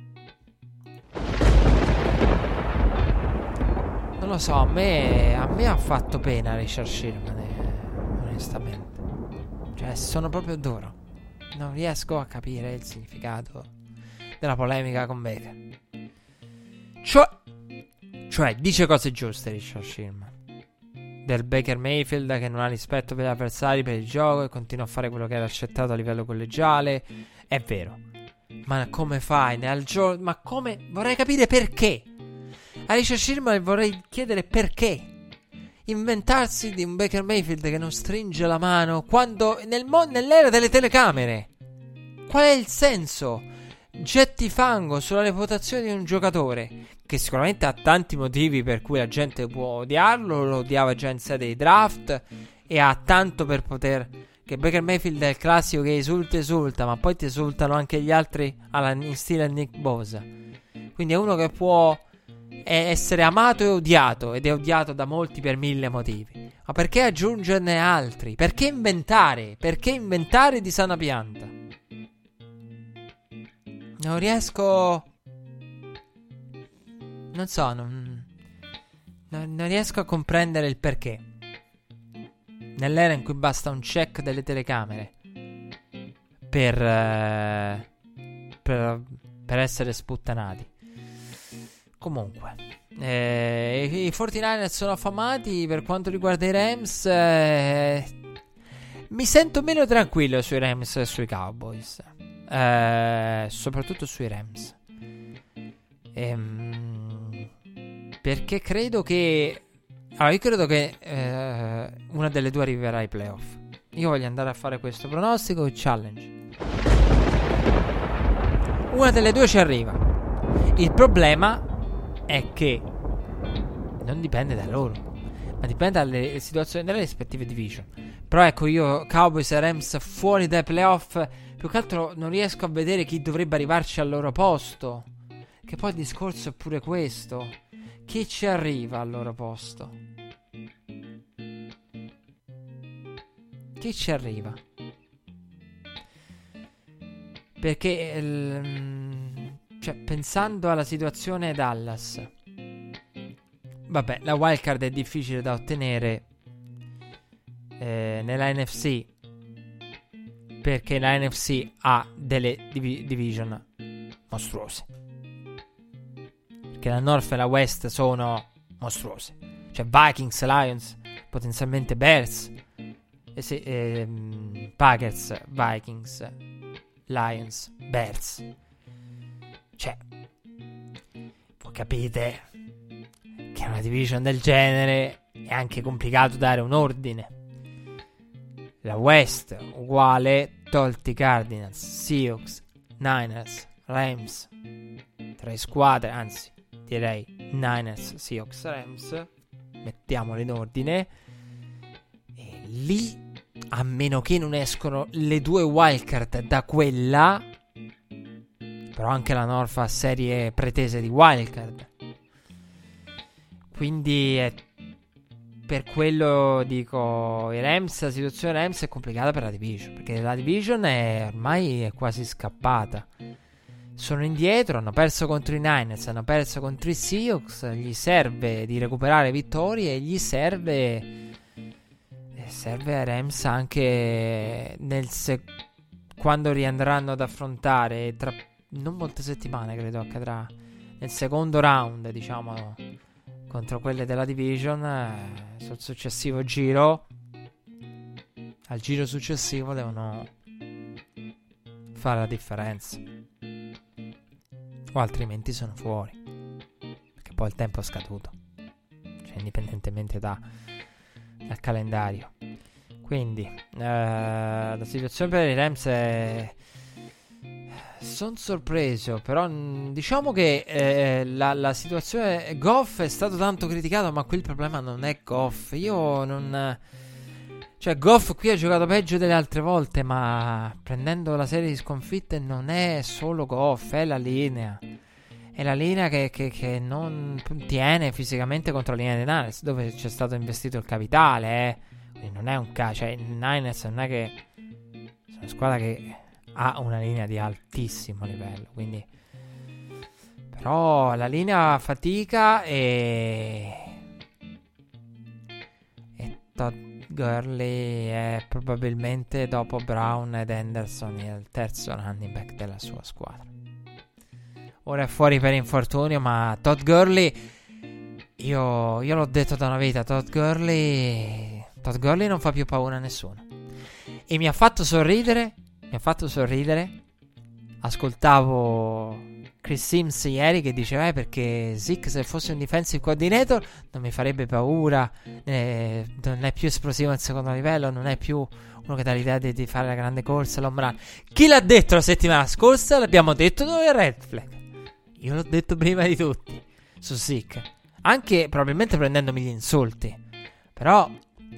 Non lo so, a me, a me ha fatto pena Richard Sherman, eh, onestamente. Cioè, sono proprio duro. Non riesco a capire il significato della polemica con Baker. Cioè, cioè dice cose giuste Richard Sherman. Del Baker Mayfield che non ha rispetto per gli avversari, per il gioco, e continua a fare quello che era accettato a livello collegiale. È vero. Ma come fai? Nel gio- ma come? Vorrei capire perché. A Richard Sherman vorrei chiedere perché inventarsi di un Baker Mayfield che non stringe la mano quando nel mo- nell'era delle telecamere. Qual è il senso? Getti fango sulla reputazione di un giocatore che sicuramente ha tanti motivi per cui la gente può odiarlo, lo odiava già in sede di draft e ha tanto per poter... che Baker Mayfield è il classico che esulta esulta, ma poi ti esultano anche gli altri alla, in stile Nick Bosa. Quindi è uno che può essere amato e odiato, ed è odiato da molti per mille motivi. Ma perché aggiungerne altri? Perché inventare? Perché inventare di sana pianta? Non riesco... Non so, non... non, non riesco a comprendere il perché. Nell'era in cui basta un check delle telecamere per... Uh, per, per essere sputtanati. Comunque, eh, i, i quarantanovers sono affamati. Per quanto riguarda i Rams, eh, mi sento meno tranquillo sui Rams e sui Cowboys, eh, soprattutto sui Rams, ehm, perché credo che allora io credo che eh, una delle due arriverà ai playoff. Io voglio andare a fare questo pronostico e challenge. Una delle due ci arriva. Il problema è che non dipende da loro, ma dipende dalle situazioni delle rispettive division. Però ecco, io Cowboys e Rams fuori dai playoff, più che altro non riesco a vedere chi dovrebbe arrivarci al loro posto. Che poi il discorso è pure questo: chi ci arriva al loro posto? Chi ci arriva? Perché il, cioè, pensando alla situazione Dallas, vabbè, la wildcard è difficile da ottenere eh, nella N F C, perché la N F C ha delle div- division mostruose, perché la North e la West sono mostruose. Cioè Vikings, Lions, potenzialmente Bears, eh sì, ehm, Packers, Vikings, Lions, Bears. Cioè, voi capite che una division del genere è anche complicato dare un ordine. La West uguale, tolti Cardinals, Seahawks, Niners, Rams, tre squadre, anzi direi Niners, Seahawks, Rams, mettiamole in ordine. E lì, a meno che non escono le due wildcard da quella, però anche la North ha serie pretese di wildcard, quindi è, per quello dico, i Rams, la situazione Rams è complicata per la division, perché la division è ormai è quasi scappata. Sono indietro, hanno perso contro i Niners, hanno perso contro i Seahawks, gli serve di recuperare vittorie e gli serve serve a Rams anche nel se- quando riandranno ad affrontare, tra non molte settimane credo accadrà, nel secondo round, diciamo, contro quelle della division, eh, sul successivo giro, al giro successivo devono fare la differenza, o altrimenti sono fuori, perché poi il tempo è scaduto, cioè indipendentemente da, dal calendario. Quindi eh, la situazione per i Rams è... sono sorpreso, però mh, diciamo che eh, la, la situazione Goff è stato tanto criticato, ma qui il problema non è Goff. Io non... Cioè Goff qui ha giocato peggio delle altre volte, ma prendendo la serie di sconfitte non è solo Goff, è la linea. È la linea che, che, che non tiene fisicamente contro la linea dei Niners, dove c'è stato investito il capitale, eh. Quindi non è un caso, cioè i Niners non è che... sono una squadra che ha una linea di altissimo livello, quindi... Però la linea fatica e... e Todd Gurley è probabilmente, dopo Brown ed Henderson, il terzo running back della sua squadra. Ora è fuori per infortunio, ma Todd Gurley, io, io l'ho detto da una vita, Todd Gurley Todd Gurley non fa più paura a nessuno, e mi ha fatto sorridere mi ha fatto sorridere ascoltavo Chris Sims ieri che diceva eh, perché Zeke, se fosse un defensive coordinator, non mi farebbe paura, eh, non è più esplosivo al secondo livello, non è più uno che dà l'idea di, di fare la grande corsa, l'home run. Chi l'ha detto la settimana scorsa? L'abbiamo detto noi a Red Flag. Io l'ho detto prima di tutti su Zeke, anche probabilmente prendendomi gli insulti, però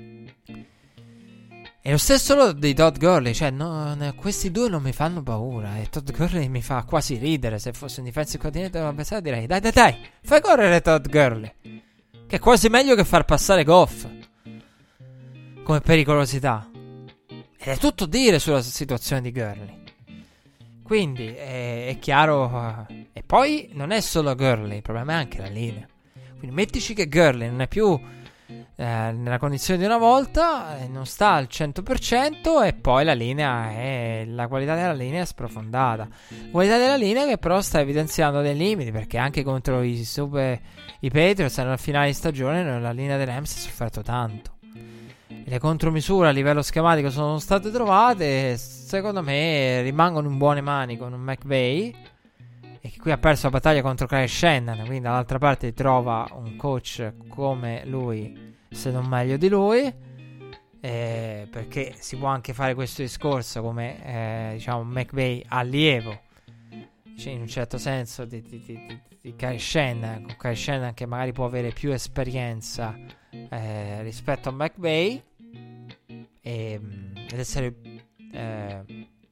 è lo stesso di Todd Gurley, cioè non, questi due non mi fanno paura, e Todd Gurley mi fa quasi ridere. Se fosse un defensive coordinator a pensare, direi dai dai dai, fai correre Todd Gurley, che è quasi meglio che far passare Goff come pericolosità, ed è tutto dire sulla situazione di Gurley. Quindi è, è chiaro, uh, e poi non è solo Gurley, il problema è anche la linea. Quindi mettici che Gurley non è più eh, nella condizione di una volta, eh, non sta al cento per cento e poi la linea è la qualità della linea è sprofondata. La qualità della linea che però sta evidenziando dei limiti, perché anche contro i super i Patriots nella finale di stagione la linea dei Rams ha sofferto tanto. Le contromisure a livello schematico sono state trovate, secondo me rimangono in buone mani con un McVay, e che qui ha perso la battaglia contro Kyle Shanahan, quindi dall'altra parte trova un coach come lui, se non meglio di lui, eh, perché si può anche fare questo discorso come eh, diciamo McVay allievo, cioè in un certo senso di, di, di, di Kyle Shanahan, con Kyle Shanahan che magari può avere più esperienza eh, rispetto a McVay, e, ed essere eh,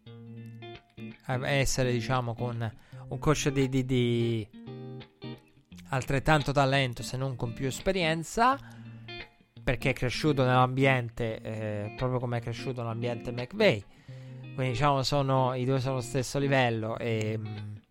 essere diciamo con un coach di, di, di altrettanto talento, se non con più esperienza, perché è cresciuto nell'ambiente eh, proprio come è cresciuto nell'ambiente McVay. Quindi diciamo sono i due sono allo stesso livello e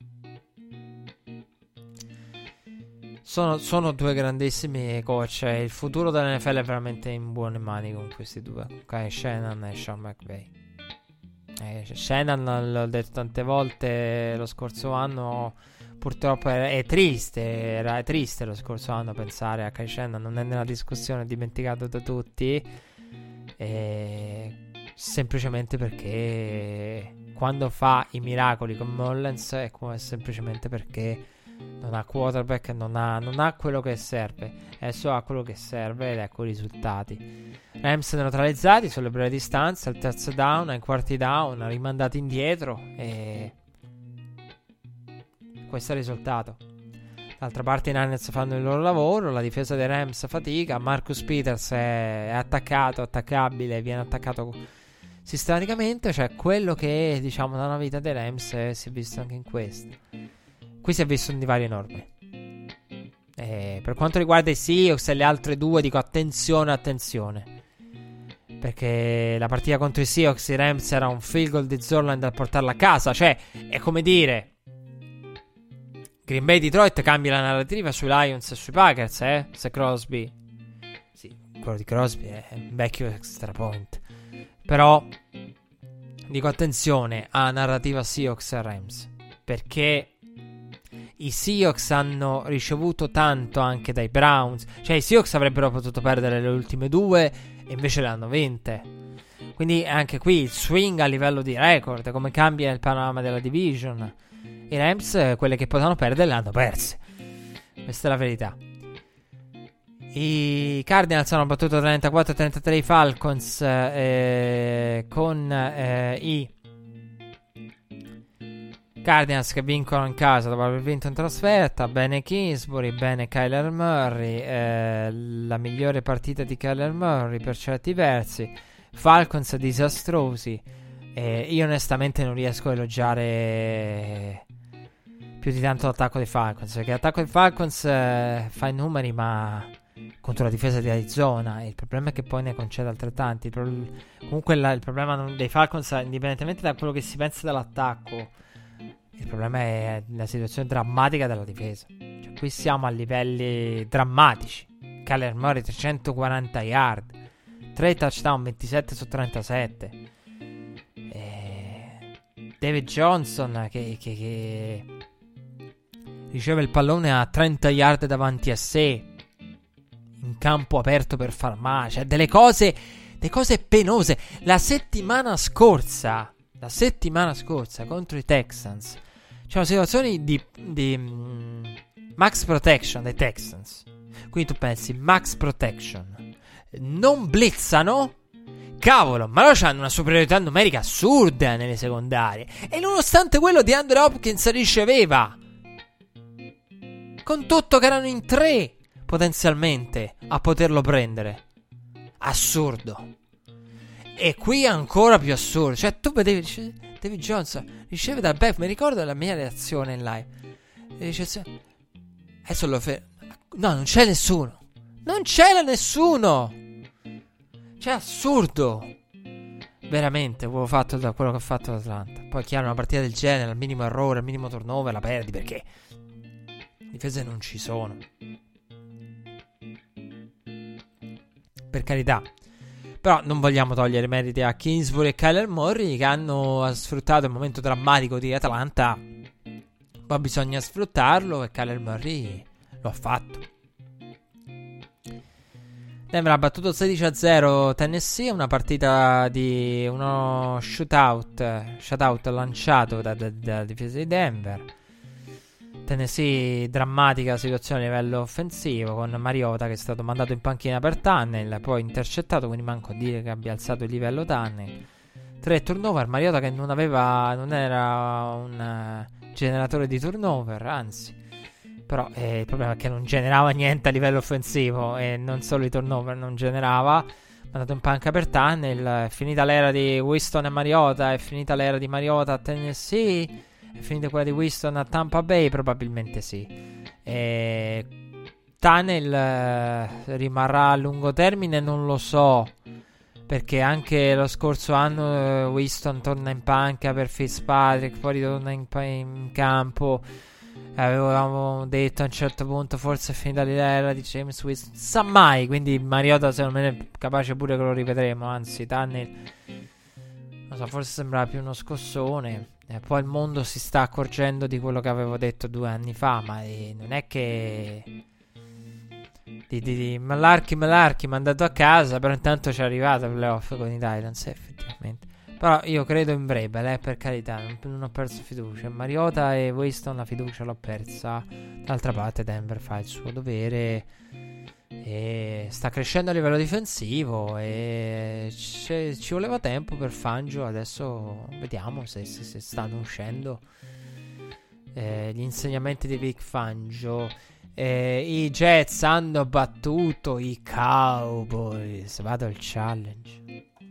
sono, sono due grandissimi coach. E il futuro dell'N F L è veramente in buone mani con questi due, con Kyle Shanahan e Sean McVay. Eh, Shanahan, l'ho detto tante volte lo scorso anno, purtroppo è, è triste, era triste lo scorso anno pensare a Kyle Shanahan, non è nella discussione, dimenticato da tutti, eh, semplicemente perché quando fa i miracoli con Mullens è come semplicemente perché non ha quarterback, non ha, non ha quello che serve. Adesso ha quello che serve ed ecco i risultati. Rams neutralizzati sulle brevi distanze, al terzo down, ai quarti down, rimandati indietro e questo è il risultato. D'altra parte i Niners fanno il loro lavoro, la difesa dei Rams fatica, Marcus Peters è attaccato, attaccabile, viene attaccato sistematicamente, cioè quello che diciamo da una vita dei Rams eh, si è visto anche in questo. Qui si è visto un divario enorme. Eh, per quanto riguarda i Seahawks e le altre due, dico attenzione, attenzione. Perché la partita contro i Seahawks, i Rams era un field goal di Zorland da portarla a casa. Cioè, è come dire Green Bay Detroit cambia la narrativa sui Lions e sui Packers, eh? Se Crosby, sì, quello di Crosby è un vecchio extra point. Però dico attenzione a narrativa Seahawks e Rams, perché i Seahawks hanno ricevuto tanto anche dai Browns. Cioè i Seahawks avrebbero potuto perdere le ultime due e invece le hanno vinte. Quindi anche qui il swing a livello di record, come cambia il panorama della division. I Rams quelle che potevano perdere le hanno perse. Questa è la verità. I Cardinals hanno battuto trentaquattro a trentatré i Falcons eh, con eh, i Cardinals che vincono in casa dopo aver vinto in trasferta. Bene Kingsbury, bene Kyler Murray, eh, la migliore partita di Kyler Murray per certi versi. Falcons disastrosi, eh, io onestamente non riesco a elogiare più di tanto l'attacco dei Falcons, perché l'attacco dei Falcons eh, fa i numeri ma contro la difesa di Arizona, e il problema è che poi ne concede altrettanti. Il pro- comunque la, il problema non, dei Falcons, indipendentemente da quello che si pensa dell'attacco, il problema è la situazione drammatica della difesa. Cioè, qui siamo a livelli drammatici. Kyler Murray trecentoquaranta yard, tre touchdown, ventisette su trentasette. E David Johnson che, che, che riceve il pallone a trenta yard davanti a sé, in campo aperto per far male. Cioè delle cose, delle cose penose. La settimana scorsa, la settimana scorsa contro i Texans c'erano situazioni di, di um, max protection dei Texans. Quindi tu pensi max protection, non blitzano, cavolo, ma loro hanno una superiorità numerica assurda nelle secondarie, e nonostante quello DeAndre Hopkins riceveva, con tutto che erano in tre potenzialmente a poterlo prendere. Assurdo. E qui ancora più assurdo. Cioè tu vedevi David Johnson riceve dal back. Mi ricordo la mia reazione in live. E dice, adesso lo fe- no, non c'è nessuno. Non c'era nessuno. Cioè assurdo. Veramente avevo fatto da quello che ho fatto l'Atlanta. Poi chiaro, una partita del genere, al minimo errore, al minimo turnover la perdi, perché difese non ci sono. per carità. Però non vogliamo togliere meriti a Kingsbury e Kyler Murray, che hanno sfruttato il momento drammatico di Atlanta. Poi bisogna sfruttarlo e Kyler Murray lo ha fatto. Denver ha battuto sedici a zero Tennessee, una partita di uno shootout, shootout lanciato da, da, da difesa di Denver. Tennessee, drammatica situazione a livello offensivo, con Mariota che è stato mandato in panchina per Tunnel, poi intercettato, quindi manco a dire che abbia alzato il livello Tunnel. Tre turnover, Mariota che non aveva, non era un uh, generatore di turnover, anzi. Però eh, il problema è che non generava niente a livello offensivo, e non solo i turnover non generava. Mandato in panca per Tunnel, è finita l'era di Winston e Mariota, è finita l'era di Mariota a Tennessee, è finita quella di Winston a Tampa Bay, probabilmente sì. E Tunnel eh, rimarrà a lungo termine, non lo so, perché anche lo scorso anno eh, Winston torna in panca per Fitzpatrick, poi ritorna in, in campo. Avevamo detto a un certo punto forse è finita l'era di James Winston, sa mai, quindi Mariota secondo me è capace pure che lo rivedremo, anzi Tunnel non so, forse sembrava più uno scossone, e poi il mondo si sta accorgendo di quello che avevo detto due anni fa, ma eh, non è che di, di, di Malarchi Malarchi mandato a casa, però intanto ci è arrivato il playoff con i Titans, effettivamente. Però io credo in Vrabel, eh, per carità, non, non ho perso fiducia. Mariota e Winston la fiducia l'ho persa. D'altra parte Denver fa il suo dovere e sta crescendo a livello difensivo, e ci voleva tempo per Fangio. Adesso vediamo se, se, se stanno uscendo eh, gli insegnamenti di Vic Fangio. eh, I Jets hanno battuto i Cowboys. Vado al challenge.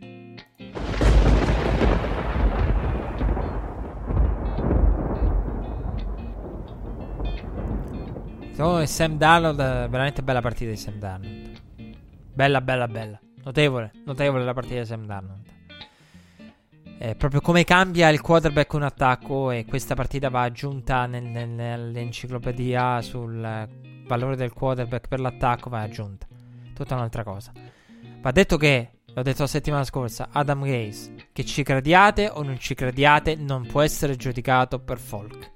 Oh, Sam Darnold, veramente bella partita di Sam Darnold. Bella, bella, bella. Notevole, notevole la partita di Sam Darnold. È proprio come cambia il quarterback un attacco, e questa partita va aggiunta nel, nel, nell'enciclopedia sul valore del quarterback per l'attacco, va aggiunta. Tutta un'altra cosa. Va detto che, l'ho detto la settimana scorsa, Adam Gase, che ci crediate o non ci crediate, non può essere giudicato per Folk.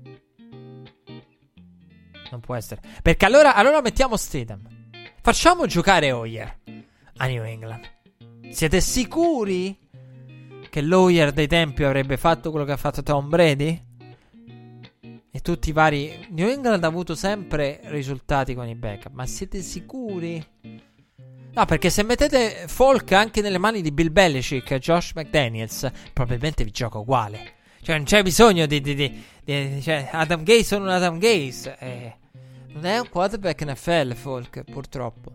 Non può essere. Perché allora, allora mettiamo Stidham. Facciamo giocare Hoyer a New England. Siete sicuri che l'Hoyer dei tempi avrebbe fatto quello che ha fatto Tom Brady? E tutti i vari... New England ha avuto sempre risultati con i backup, ma siete sicuri? No, perché se mettete Folk anche nelle mani di Bill Belichick e Josh McDaniels, probabilmente vi gioca uguale. Cioè non c'è bisogno di, di, di, di cioè, Adam Gase sono un Adam Gase, eh, non è un quarterback N F L Folk, purtroppo.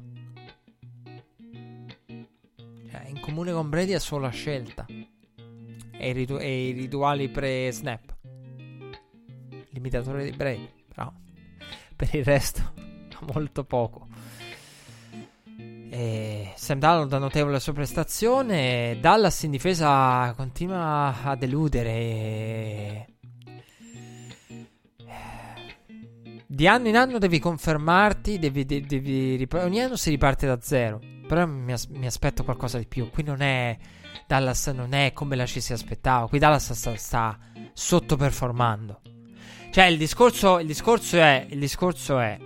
Cioè, in comune con Brady ha solo la scelta e i, ritu- e i rituali pre-snap, l'imitatore di Brady, però per il resto molto poco. E Sam Darnold ha notevole la sua prestazione. Dallas in difesa continua a deludere. Di anno in anno devi confermarti, devi, devi, devi rip- ogni anno si riparte da zero. Però mi, as- mi aspetto qualcosa di più. Qui non è Dallas, non è come la ci si aspettava. Qui Dallas sta, sta sottoperformando. Cioè il discorso, il discorso è il discorso è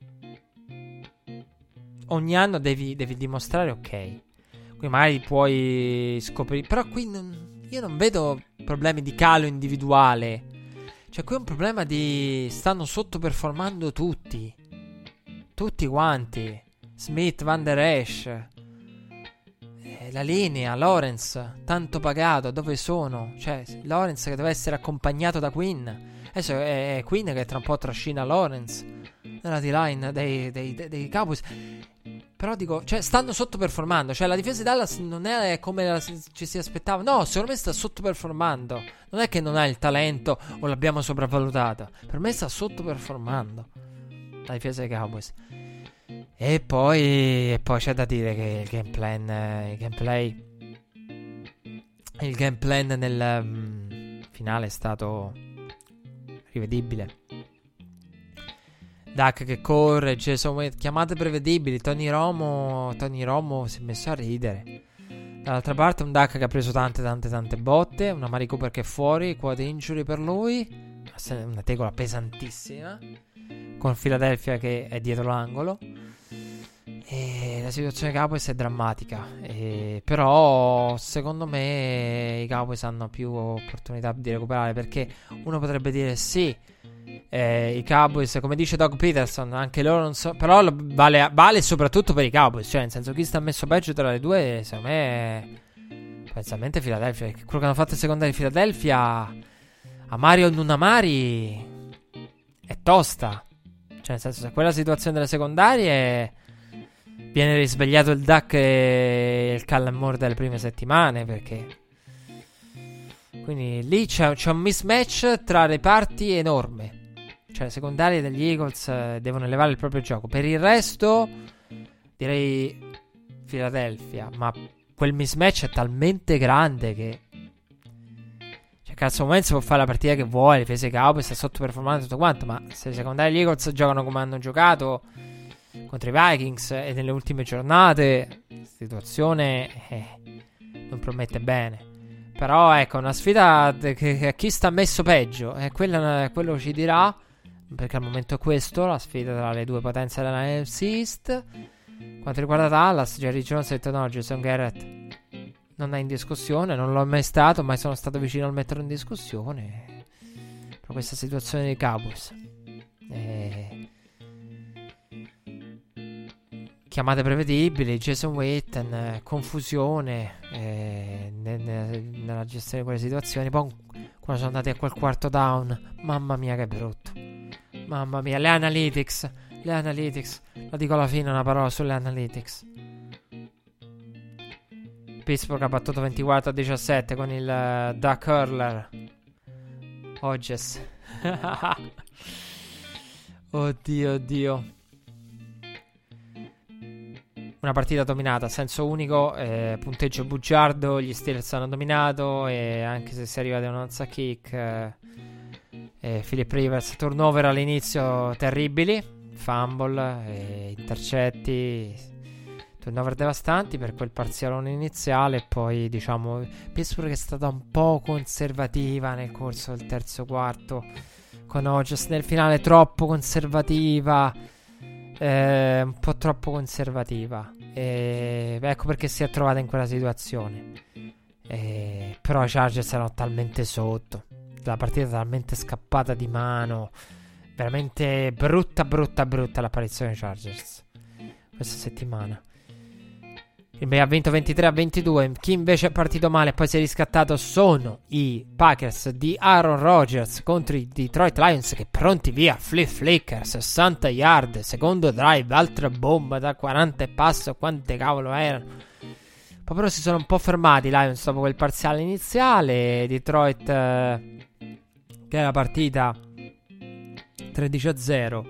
ogni anno devi, devi dimostrare, ok, qui magari puoi scoprire, però qui non, io non vedo problemi di calo individuale. Cioè qui è un problema di... stanno sottoperformando tutti, tutti quanti. Smith, Van Der Esch, eh, la linea, Lawrence tanto pagato, dove sono? Cioè Lawrence che deve essere accompagnato da Quinn, adesso è, è Quinn che tra un po' trascina Lawrence nella D-line dei, dei, dei, dei Cowboys. Però dico, cioè stanno sottoperformando. Cioè la difesa di Dallas non è come la, ci si aspettava. No, secondo me sta sottoperformando. Non è che non ha il talento o l'abbiamo sopravvalutata. Per me sta sottoperformando la difesa dei Cowboys. E poi, e poi c'è da dire che il game plan, il gameplay, il game plan nel um, finale è stato rivedibile. Dak che corre, Jason Wade, chiamate prevedibili. Tony Romo, Tony Romo si è messo a ridere. Dall'altra parte un Dak che ha preso tante tante tante botte, una Mari Cooper che è fuori, quad injury per lui, una tegola pesantissima, con Philadelphia che è dietro l'angolo. E la situazione dei Cowboys è drammatica, e però secondo me i Cowboys hanno più opportunità di recuperare, perché uno potrebbe dire sì, eh, i Cowboys, come dice Doug Peterson, anche loro non so, però vale, vale soprattutto per i Cowboys, cioè nel senso, chi sta messo peggio tra le due secondo me è pensamente Philadelphia, perché quello che hanno fatto il secondario di Philadelphia, Amari o non Amari, è tosta, cioè nel senso, se quella situazione delle secondarie viene risvegliato il Dak e il Callum Moore delle prime settimane, perché quindi lì c'è, c'è un mismatch tra reparti enorme, cioè le secondarie degli Eagles eh, devono elevare il proprio gioco. Per il resto direi Philadelphia, ma quel mismatch è talmente grande che, cioè cazzo, Wentz può fare la partita che vuole, le difese Cowboys sta sottoperformando tutto quanto, ma se le secondarie degli Eagles giocano come hanno giocato contro i Vikings e nelle ultime giornate, la situazione eh, non promette bene. Però ecco, una sfida che, che chi sta messo peggio, e eh, quello, quello ci dirà, perché al momento è questo, la sfida tra le due potenze della N F C East. Quanto riguarda Dallas, Jerry Jones ha detto no, Jason Garrett non è in discussione, non l'ho mai stato, mai sono stato vicino al metterlo in discussione per questa situazione dei Cowboys. E chiamate prevedibili, Jason Witten, eh, confusione eh, ne, ne, nella gestione di quelle situazioni. Poi quando sono andati a quel quarto down, mamma mia che brutto, mamma mia, le analytics, le analytics, la dico alla fine una parola sulle analytics. Pittsburgh ha battuto ventiquattro a diciassette con il uh, Duck Hurler Hodges. Oddio, oddio. Una partita dominata a senso unico, eh, punteggio bugiardo, gli Steelers hanno dominato, e anche se si arriva da un onside kick, eh, eh, Philip Rivers, turnover all'inizio terribili, fumble, eh, intercetti, turnover devastanti per quel parzialone iniziale. E poi diciamo Pittsburgh è stata un po' conservativa nel corso del terzo quarto, con Hodges nel finale troppo conservativa, Eh, un po' troppo conservativa, e ecco perché si è trovata in quella situazione. E però i Chargers erano talmente sotto, la partita talmente scappata di mano, veramente brutta brutta brutta l'apparizione dei Chargers questa settimana. Green Bay ha vinto ventitré a ventidue. Chi invece è partito male e poi si è riscattato sono i Packers di Aaron Rodgers contro i Detroit Lions, che pronti via, flip flicker, sessanta yard, secondo drive, altra bomba da quaranta e passo, quante cavolo erano. Poi però si sono un po' fermati i Lions dopo quel parziale iniziale. Detroit eh, che era partita tredici a zero,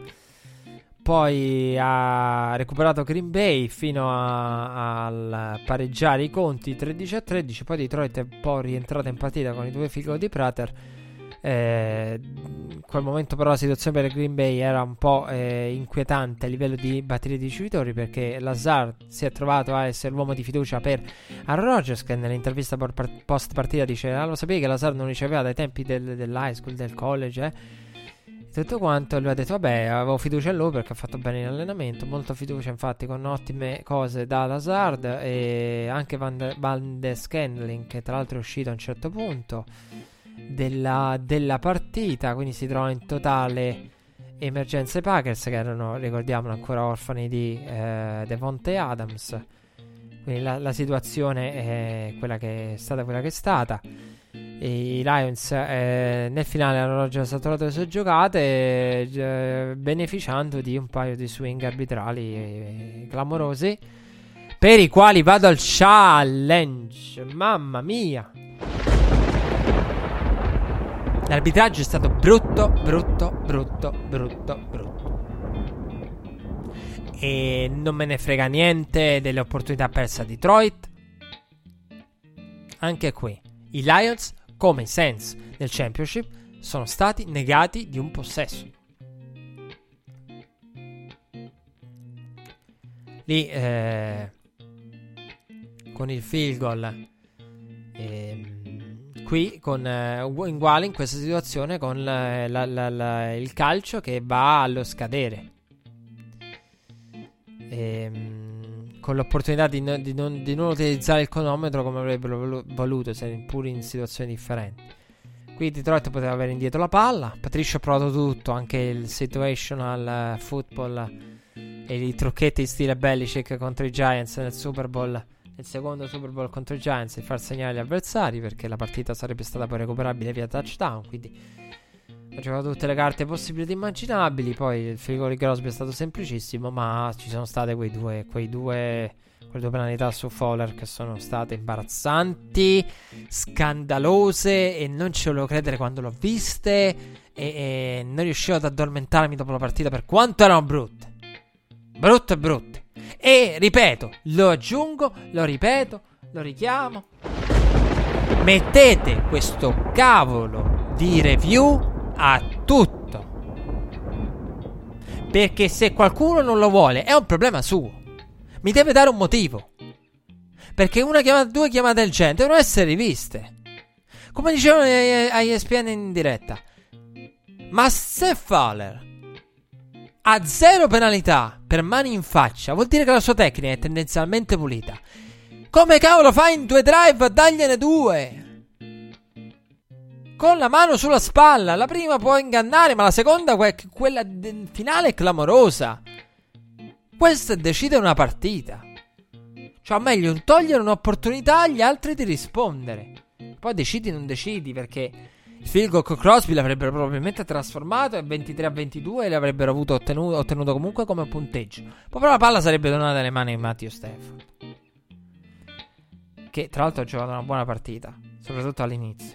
poi ha recuperato Green Bay fino a, a pareggiare i conti tredici a tredici. Poi Detroit è un po' rientrata in partita con i due field goal di Prater. Eh, in quel momento però la situazione per Green Bay era un po' eh, inquietante a livello di batteria di ricevitori, perché Lazard si è trovato a essere l'uomo di fiducia per Aaron Rodgers, che nell'intervista post partita dice ah, lo sapevi che Lazard non riceveva dai tempi del, dell'high school, del college, eh? Tutto quanto, e lui ha detto vabbè, avevo fiducia in lui perché ha fatto bene in allenamento, molta fiducia infatti, con ottime cose da Lazard, e anche Van, de, Van de Scandling, che tra l'altro è uscito a un certo punto della, della partita, quindi si trova in totale emergenza i Packers, che erano, ricordiamolo, ancora orfani di eh, Devontae Adams. Quindi la, la situazione è quella che è stata quella che è stata. I Lions eh, nel finale hanno già trovato le sue giocate, eh, beneficiando di un paio di swing arbitrali eh, clamorosi, per i quali vado al challenge. Mamma mia, l'arbitraggio è stato brutto, brutto, brutto, brutto, brutto, e non me ne frega niente delle opportunità perse a Detroit. Anche qui i Lions, come i Saints nel Championship, sono stati negati di un possesso. lì eh, con il field goal, eh, qui con eh, uguale in questa situazione con la, la, la, la, il calcio che va allo scadere, eh, con l'opportunità di, no, di, non, di non utilizzare il cronometro come avrebbero voluto, seppur in situazioni differenti. Qui Detroit poteva avere indietro la palla. Patricia ha provato tutto, anche il situational football e i trucchetti in stile Belichick contro i Giants nel Super Bowl, nel secondo Super Bowl contro i Giants, di far segnare gli avversari, perché la partita sarebbe stata poi recuperabile via touchdown. Quindi ha giocato tutte le carte possibili ed immaginabili. Poi il field goal di Crosby è stato semplicissimo, ma ci sono state quei due, quei due, quelle due penalità su Fowler che sono state imbarazzanti, scandalose, e non ci volevo credere quando l'ho viste, e, e non riuscivo ad addormentarmi dopo la partita per quanto erano brutte, brutte brutte. E ripeto, lo aggiungo, lo ripeto, lo richiamo: mettete questo cavolo di review a tutto, perché se qualcuno non lo vuole è un problema suo. Mi deve dare un motivo, perché una chiamata, due chiamate del genere devono essere riviste, come dicevano a E S P N in diretta. Ma se Fowler ha zero penalità per mani in faccia, vuol dire che la sua tecnica è tendenzialmente pulita. Come cavolo fai in due drive a dargliene due? Con la mano sulla spalla. La prima può ingannare, ma la seconda, que- quella de- finale, è clamorosa. Questo decide una partita. Cioè, o meglio, un togliere un'opportunità agli altri di rispondere. Poi decidi o non decidi, perché il field goal con Crosby l'avrebbero probabilmente trasformato e ventitré a ventidue e l'avrebbero avuto ottenuto, ottenuto comunque come punteggio. Poi però la palla sarebbe tornata nelle mani di Matthew Stafford, che tra l'altro ha giocato una buona partita, soprattutto all'inizio.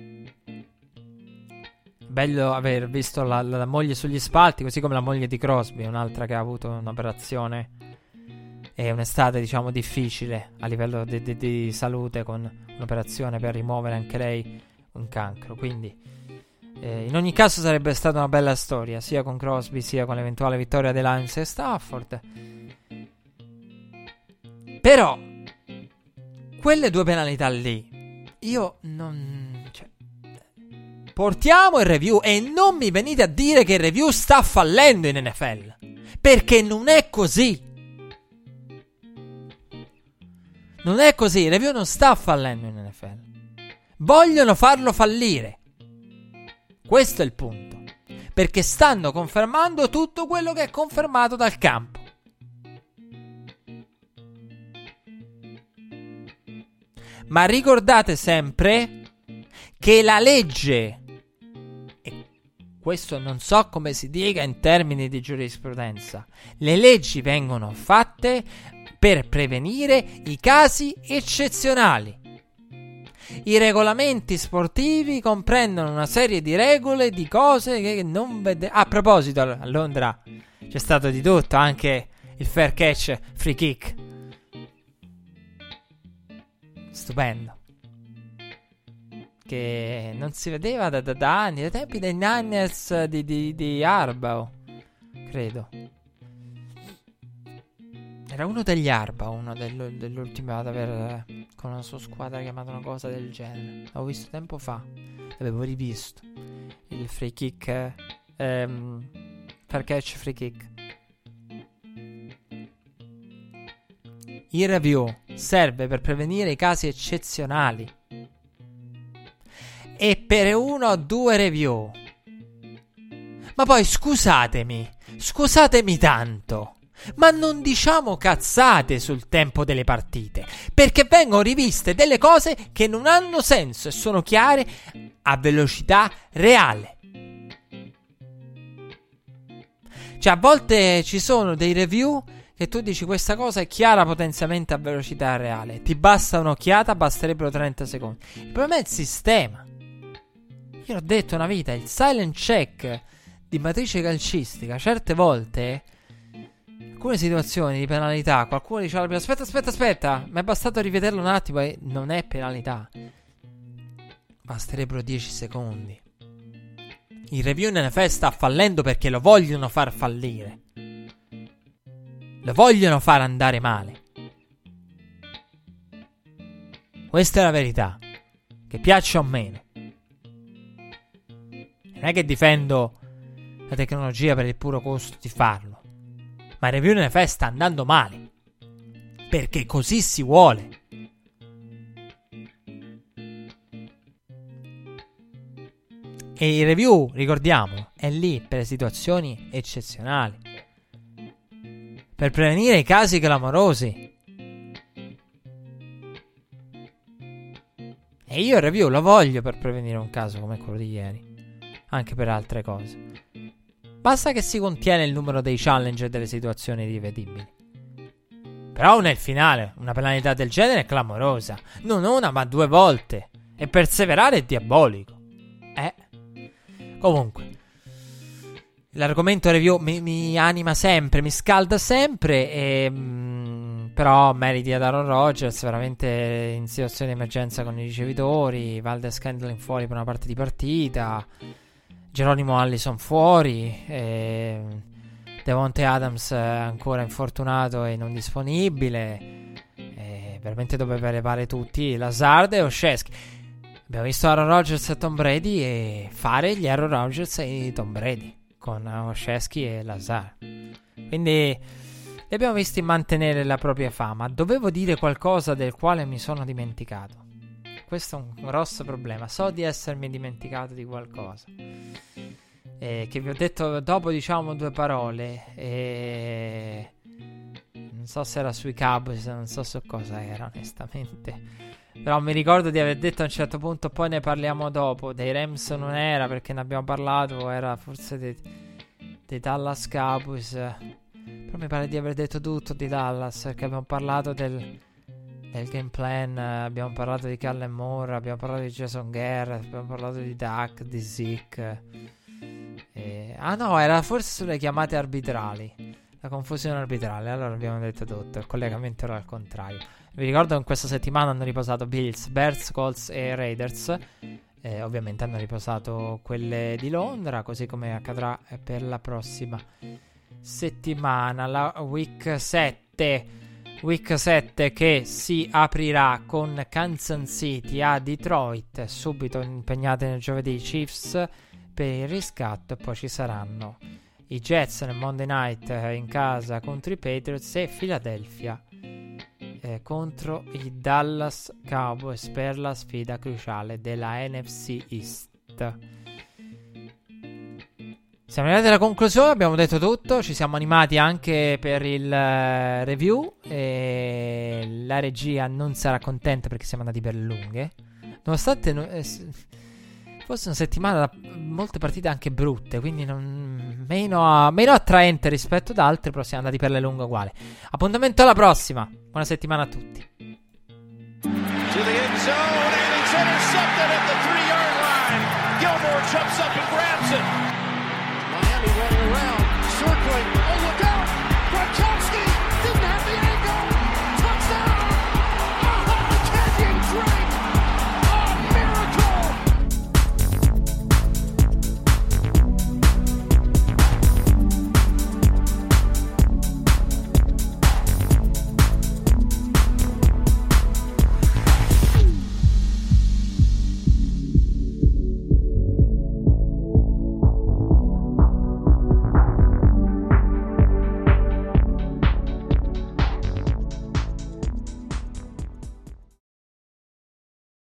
Bello aver visto la, la, la moglie sugli spalti, così come la moglie di Crosby, un'altra che ha avuto un'operazione e un'estate, diciamo, difficile a livello di, di, di salute, con un'operazione per rimuovere anche lei un cancro. Quindi eh, in ogni caso sarebbe stata una bella storia, sia con Crosby sia con l'eventuale vittoria dei Lions e Stafford. Però quelle due penalità lì, io non... cioè, portiamo il review e non mi venite a dire che il review sta fallendo in N F L, perché non è così. Non è così, il review non sta fallendo in N F L. Vogliono farlo fallire. Questo è il punto, perché stanno confermando tutto quello che è confermato dal campo. Ma ricordate sempre che la legge, e questo non so come si dica in termini di giurisprudenza, le leggi vengono fatte per prevenire i casi eccezionali. I regolamenti sportivi comprendono una serie di regole, di cose che non vede. A proposito, a Londra c'è stato di tutto, anche il fair catch free kick. Stupendo. Che non si vedeva da, da, da anni, dai tempi dei Niners di, di, di Harbaugh, credo. Era uno degli Harbaugh, uno del, dell'ultimo ad aver con la sua squadra chiamato una cosa del genere. L'avevo visto tempo fa, l'avevo rivisto il free kick, ehm, fair catch free kick. Il review serve per prevenire i casi eccezionali, e per uno o due review. Ma poi scusatemi, scusatemi tanto, ma non diciamo cazzate sul tempo delle partite, perché vengono riviste delle cose che non hanno senso e sono chiare a velocità reale. Cioè, a volte ci sono dei review che tu dici questa cosa è chiara potenzialmente a velocità reale, ti basta un'occhiata, basterebbero trenta secondi. Il problema è il sistema. Io l'ho detto una vita, il silent check di matrice calcistica certe volte, in alcune situazioni di penalità, qualcuno dice aspetta aspetta aspetta, mi è bastato rivederlo un attimo e non è penalità, basterebbero dieci secondi. Il review in N F L sta fallendo perché lo vogliono far fallire. lo vogliono far andare male. Questa è la verità, che piaccia o meno. Non è che difendo la tecnologia per il puro costo di farlo, ma il review N F L sta andando male, perché così si vuole. E il review, ricordiamo, è lì per situazioni eccezionali, per prevenire i casi clamorosi. E io il review lo voglio per prevenire un caso come quello di ieri, anche per altre cose. Basta che si contiene il numero dei challenge e delle situazioni rivedibili. Però nel finale una penalità del genere è clamorosa, non una ma due volte, e perseverare è diabolico. Eh Comunque, l'argomento review mi, mi anima sempre, mi scalda sempre, e, mh, però meriti ad Aaron Rodgers, veramente in situazione di emergenza con i ricevitori, Valdes-Scantling fuori per una parte di partita, Geronimo Allison fuori, e Devontae Adams ancora infortunato e non disponibile, e veramente doveva levare tutti, Lazard e Olszewski. Abbiamo visto Aaron Rodgers e Tom Brady e fare gli Aaron Rodgers e Tom Brady con Olszewski e Lazard. Quindi li abbiamo visti mantenere la propria fama. Dovevo dire qualcosa del quale mi sono dimenticato. Questo è un grosso problema. So di essermi dimenticato di qualcosa, eh, che vi ho detto dopo, diciamo due parole, e non so se era sui Cowboys, non so su cosa era onestamente. Però mi ricordo di aver detto a un certo punto, poi ne parliamo dopo, dei Rams non era, perché ne abbiamo parlato, era forse dei, dei Dallas Cowboys. Però mi pare di aver detto tutto di Dallas, perché abbiamo parlato del, del game plan, abbiamo parlato di Kellen Moore, abbiamo parlato di Jason Garrett, abbiamo parlato di Dak, di Zeke. E, ah no, era forse sulle chiamate arbitrali, la confusione arbitrale, allora abbiamo detto tutto, il collegamento era al contrario. Vi ricordo che in questa settimana hanno riposato Bills, Bears, Colts e Raiders. Eh, ovviamente hanno riposato quelle di Londra, così come accadrà per la prossima settimana. La Week sette. Week sette che si aprirà con Kansas City a Detroit, subito impegnate nel giovedì Chiefs per il riscatto, e poi ci saranno i Jets nel Monday Night in casa contro i Patriots e Philadelphia Eh, contro i Dallas Cowboys per la sfida cruciale della N F C East. Siamo arrivati alla conclusione, abbiamo detto tutto, ci siamo animati anche per il uh, review, e la regia non sarà contenta perché siamo andati per lunghe, nonostante no, eh, fosse una settimana da molte partite anche brutte, quindi non, meno, a, meno attraente rispetto ad altre, però siamo andati per le lunghe uguali. Appuntamento alla prossima, buona settimana a tutti. To the end zone, and it's intercepted at the three-yard line. Gilmore jumps up and grabs it. Miami running